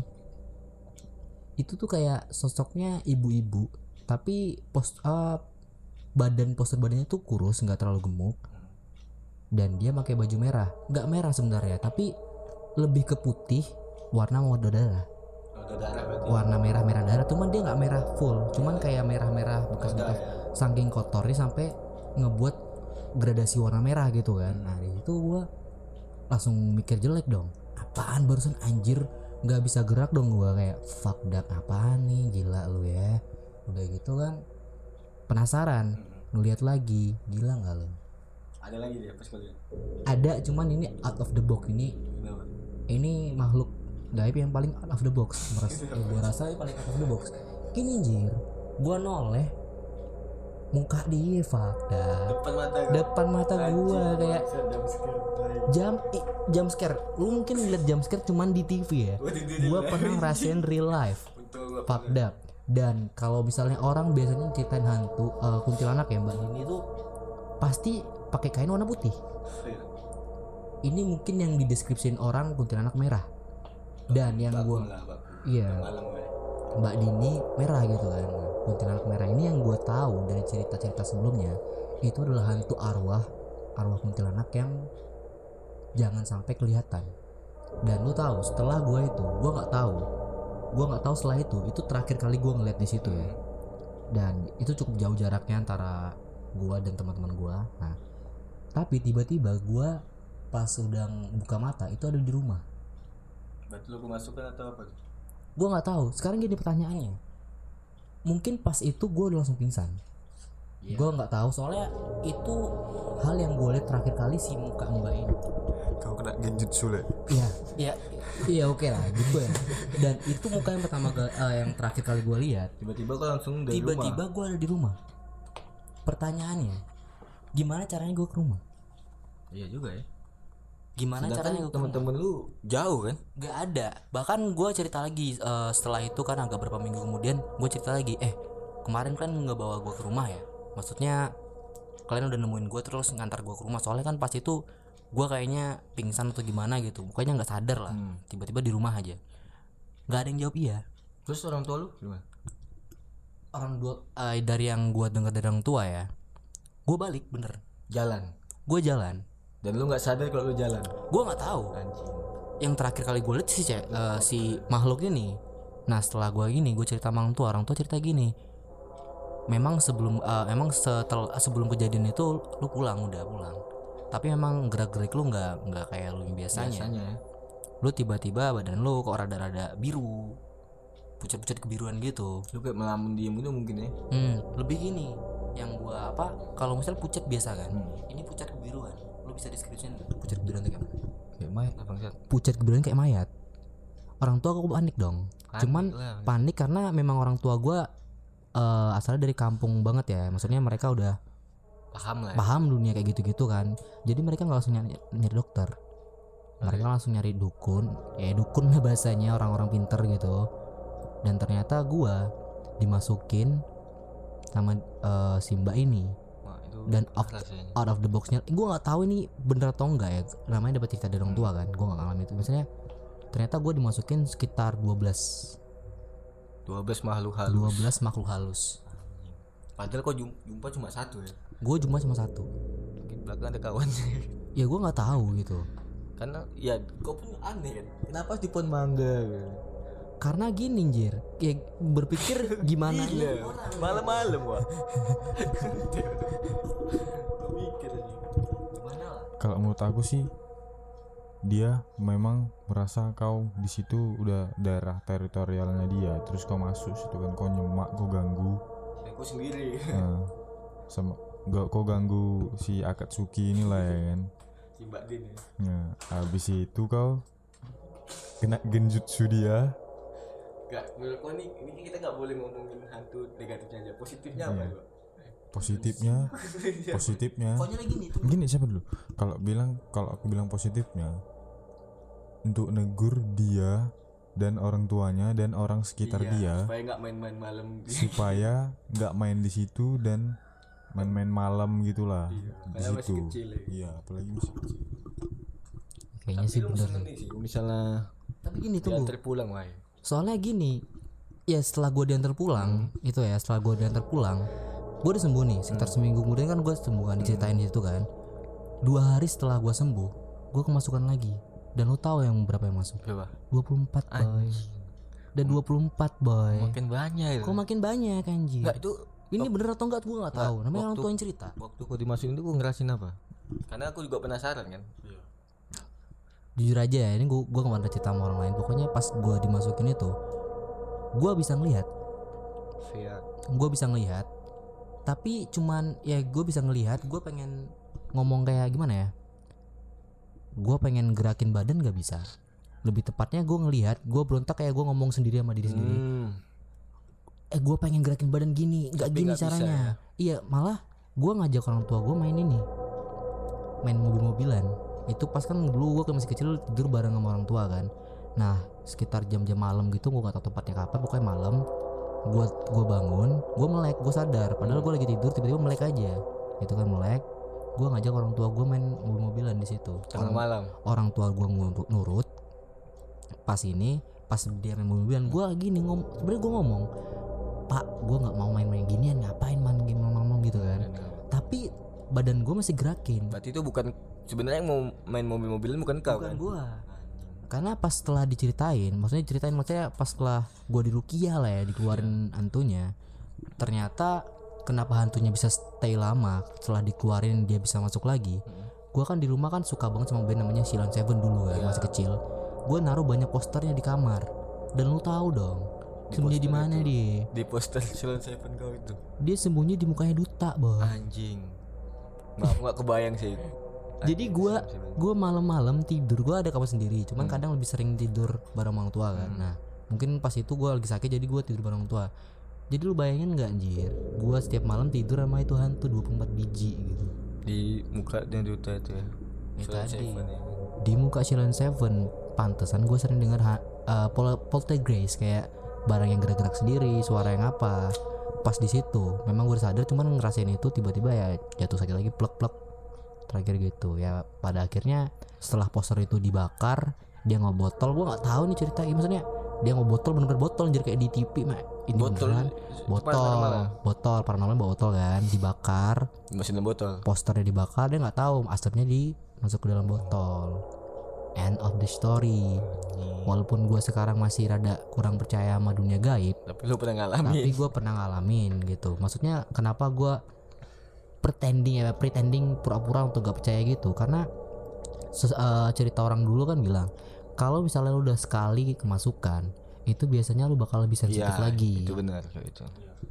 Itu tuh kayak sosoknya ibu-ibu, tapi post uh, badan postur badannya tuh kurus, nggak terlalu gemuk. Dan dia pakai baju merah, nggak merah sebenarnya, tapi lebih ke putih, warna model darah. Warna merah-merah darah, cuman dia nggak merah full, cuman kayak merah-merah bekas-bekas saking kotornya sampai ngebuat gradasi warna merah gitu kan. Nah dari itu gua langsung mikir jelek dong, apaan barusan anjir, nggak bisa gerak dong gua, kayak fuck dak apaan nih, gila lu ya. Udah gitu kan penasaran, ngeliat lagi, gila nggak lu? Ada lagi dia pas kalian? Ada, cuman ini out of the box. Ini ini makhluk gaib yang paling out of the box. Merasa, eh, gua rasa paling out of the box. Gini anjir, gua noleh, muka dia fakta Depan mata gua, depan mata gua kayak jam jam scare. Lu mungkin ngeliat jam scare cuman di T V ya. Gua pernah ngerasain real life. Fakta. Dan kalau misalnya orang biasanya ceritain hantu uh, kuntilanak ya, Mbak Dini itu pasti pakai kain warna putih. Ini mungkin yang dideskripsiin orang kuntilanak merah. Dan yang gue iya Mbak Dini merah gitu kan. Kuntilanak merah ini yang gue tahu dari cerita-cerita sebelumnya, itu adalah hantu arwah arwah kuntilanak yang jangan sampai kelihatan. Dan lu tahu setelah gue itu gue nggak tahu gue nggak tahu setelah itu itu terakhir kali gue ngeliat di situ ya. Dan itu cukup jauh jaraknya antara gue dan teman-teman gue. Nah tapi tiba-tiba gue pas udah buka mata itu ada di rumah. Berarti lu kemasukan atau apa? Gue nggak tahu. Sekarang gini pertanyaannya, mungkin pas itu gue udah langsung pingsan. Yeah. Gue nggak tahu soalnya itu hal yang gue lihat terakhir kali si muka mbak ini. Kau kena genjutsu le? Iya, iya, iya oke lah gitu ya. Dan itu muka yang pertama uh, yang terakhir kali gue lihat. Tiba-tiba kok langsung dari tiba-tiba gue ada di rumah. Pertanyaannya, Gimana caranya gue ke rumah? Iya juga ya. Gimana Sedangkan caranya gue ke rumah? temen-temen lu jauh kan? Gak ada. Bahkan gue cerita lagi eh, setelah itu kan agak beberapa minggu kemudian gue cerita lagi, eh kemarin kan nggak bawa gue ke rumah ya. Maksudnya kalian udah nemuin gue terus ngantar gue ke rumah. Soalnya kan pas itu gue kayaknya pingsan atau gimana gitu. Pokoknya nggak sadar lah. Hmm. Tiba-tiba di rumah aja. Gak ada yang jawab iya. Terus orang tua lu gimana? Orang dua eh, dari yang gue dengar dari orang tua ya. Gue balik bener. Jalan. Gue jalan. Dan lu nggak sadar kalau lu jalan. Gue nggak tahu. Anjing. Yang terakhir kali gue lihat si ce- eh, si makhluk ini. Nah setelah gue gini, gue cerita sama orang tua, orang tua cerita gini. Memang sebelum, uh, emang setel sebelum kejadian itu lu pulang udah pulang. Tapi memang gerak-gerik lu nggak nggak kayak lu yang biasanya. Biasanya ya. Lu tiba-tiba badan lu kok rada-rada biru, pucat-pucat kebiruan gitu. Lu kayak melamun diem gitu mungkin ya. Hmm, lebih gini. Yang gua apa? Kalau misalnya pucat biasa kan, Hmm. ini pucat kebiruan. Lu bisa deskripsiin pucat kebiruan itu kayak mana? Kayak mayat lah bangsat. Pucat kebiruan kayak mayat. Orang tua aku panik dong. Panik Cuman lah. panik karena memang orang tua gua uh, asalnya dari kampung banget ya. Maksudnya mereka udah Paham lah ya. paham dunia kayak gitu-gitu kan. Jadi mereka nggak langsung nyari, nyari dokter. Mereka langsung nyari dukun. Ya dukun lah bahasanya, orang-orang pinter gitu. Dan ternyata gua dimasukin sama uh, si mbak ini. Wah, itu Dan off, rasanya. out of the boxnya gue nggak tahu ini bener atau enggak ya, namanya dapat cerita dari orang tua kan, gue nggak ngalamin itu. Misalnya ternyata gue dimasukin sekitar dua belas dua belas makhluk halus. dua belas makhluk halus. Padahal kok jum- jumpa cuma satu ya. Gue cuma sama satu. Mungkin belakang ada kawan. Ya gue nggak tahu gitu. Karena ya kau pun aneh kan. Kenapa harus di pohon mangga gitu. Karena gini Jir, ya berpikir gimana ya. Malam-malam wah. Mikir aja. Gimana lah? Kalau menurut aku sih dia memang merasa kau di situ udah daerah teritorialnya dia, terus kau masuk situ kan, kau nyemak, kau ganggu, Aku sendiri. nah, sama gak kau ganggu si Akatsuki inilah ya kan. Si Mbak Din ya. Nah, habis itu kau kena genjutsu dia. Gak, menurut kau nih, ini kita gak boleh ngomongin hantu negatifnya aja. Positifnya apa Iya. Pak? Positifnya, positifnya. Pokoknya lagi nih tuh. Gini siapa dulu? Kalau bilang, kalau aku bilang positifnya, untuk negur dia dan orang tuanya dan orang sekitar Iya, dia supaya nggak main-main malam. supaya nggak main di situ dan main-main malam gitulah Iya, di karena masih situ. kecil ya. Iya, apalagi masih kecil. Kayaknya sih bener Seneng nih. nih sih, misalnya Tapi gini tuh, diantar pulang wah. soalnya gini, ya setelah gue diantar pulang, itu ya setelah gue diantar pulang, gue udah sembuh nih. Sekitar seminggu kemudian kan gue sembuh kan, diceritain di situ kan. Dua hari setelah gue sembuh, gue kemasukan lagi. Dan lu tahu yang berapa yang masuk? Berapa? dua puluh empat boy. Dan dua puluh empat boy. Makin banyak itu. Kok makin banyak anjir? Enggak itu Ini bener atau enggak gue nggak tahu. Namanya orang waktu- tua yang cerita. waktu kau dimasukin itu kau ngerasin apa? Karena aku juga penasaran kan. Jujur aja ya, ini gue gue nggak pernah cerita sama orang lain. Pokoknya pas gue dimasukin itu, gue bisa ngelihat, Via gue bisa ngelihat. Tapi cuman ya gue bisa ngelihat. Gue pengen ngomong kayak gimana ya? Gue pengen gerakin badan nggak bisa. Lebih tepatnya gue ngelihat, gue berontak kayak gue ngomong sendiri sama diri sendiri. Hmm. Eh gue pengen gerakin badan gini, nggak Tapi gini nggak bisa caranya. Iya malah gue ngajak orang tua gue main ini, main mobil-mobilan. Itu pas kan dulu gue masih kecil tidur bareng sama orang tua kan. Nah sekitar jam-jam malam gitu, gue nggak tahu tepatnya kapan, pokoknya malam. Gue gue bangun, gue melek, gue sadar. Padahal gue lagi tidur, tiba-tiba melek aja. Itu kan melek. Gue ngajak orang tua gue main mobil-mobilan di situ. Tengah Orang, malam. orang tua gue nurut, nurut. Pas ini, pas dia main mobil-mobilan, gue gini ngom, sebenarnya gue ngomong, Pak, gue nggak mau main-main ginian, ngapain main game ngomong gitu kan. Tapi badan gue masih gerakin. Berarti itu bukan sebenarnya yang mau main mobil-mobilan bukan kau Bukan kan? gue. Karena pas setelah diceritain, maksudnya ceritain maksudnya pas setelah gue dirukiah lah ya, dikeluarin hantunya. Ternyata kenapa hantunya bisa stay lama, setelah dikeluarin dia bisa masuk lagi. Gue kan di rumah kan suka banget sama band namanya Silon Seven dulu kan, masih kecil. Gue naruh banyak posternya di kamar. Dan lu tahu dong, sembunyi di mana dia? Di poster Silon Seven kau itu. Dia sembunyi di mukanya duta, boy. Anjing. Maaf nggak kebayang sih. Jadi gue gue malam-malam tidur, gue ada kamar sendiri, cuman kadang lebih sering tidur bareng orang tua kan. Nah mungkin pas itu gue lagi sakit, jadi gue tidur bareng orang tua. Jadi lu bayangin nggak anjir, gue setiap malam tidur sama itu hantu dua puluh empat biji gitu. di muka dan duta itu ya. Itu Silent tadi. Seven ya. Di muka Silent Seven, pantesan gue sering dengar ha- uh, pol- poltergeist kayak barang yang gerak-gerak sendiri, suara yang apa. Pas di situ, memang gue sadar, cuman ngerasain itu tiba-tiba ya jatuh sakit lagi, plek-plek terakhir gitu. Ya pada akhirnya setelah poster itu dibakar, dia ngebotol. Gue nggak tahu nih ceritanya, maksudnya dia ngebotol bener-bener botol anjir kayak di T V mah. Ini Botol, beneran itu paranormal botol, ya? botol paranormal botol kan dibakar, Masih dalam botol. posternya dibakar, dia nggak tahu asapnya di masuk ke dalam botol. End of the story. Walaupun gue sekarang masih rada kurang percaya sama dunia gaib, Tapi lu pernah ngalamin. tapi gue pernah ngalamin gitu. Maksudnya kenapa gue pretending ya pretending pura-pura untuk gak percaya gitu, karena ses- eh, cerita orang dulu kan bilang kalau misalnya lu udah sekali kemasukan itu biasanya lu bakal lebih sensitif Iya, lagi. itu benar kayak itu.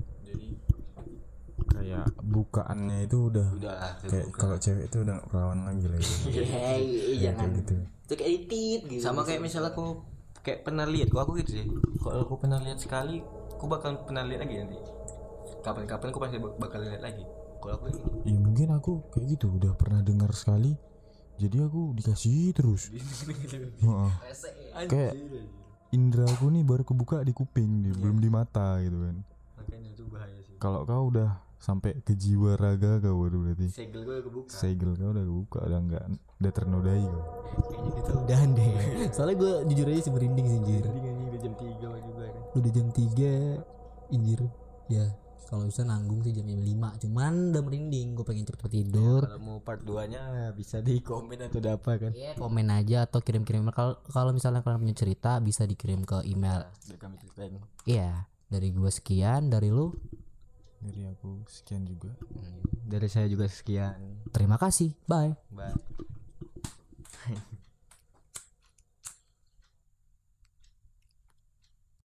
Kayak bukaannya itu udah Udah lah, kayak kalau cewek itu udah gak perawan lagi lah gitu. iya Kayak gitu. Itu kayak edit gitu. Sama kayak misalnya aku kayak pernah lihat, kok aku gitu sih. Kalau aku pernah lihat sekali, aku bakal pernah lihat lagi nanti. Kapan-kapan aku pasti bak- bakal lihat lagi. Kalau aku Ya mungkin aku kayak gitu udah pernah dengar sekali, jadi aku dikasih terus. Heeh. Kayak indra aku nih baru kebuka di kuping nih, belum di mata gitu kan. makanya itu bahaya sih. Kalau kau udah sampai ke jiwa raga kau baru berarti Segel gue kebuka. segel kau udah kebuka, udah enggak, udah ternodai kau. Kayaknya kita udahan deh. Soalnya gue jujur aja sih merinding sih anjir. Jadi kan udah jam tiga juga kan. Udah jam tiga anjir. Ya kalau bisa nanggung sih jam lima, cuman udah merinding, gue pengen cepet tidur. Kalau mau part dua nya bisa di komen atau udah apa kan. Iya, komen aja atau kirim-kirim kalau kalau misalnya kalian punya cerita bisa dikirim ke email. Udah kami ceritain. Iya, dari gue sekian, dari lu Dari aku sekian juga. Dari saya juga sekian. terima kasih, bye. Bye.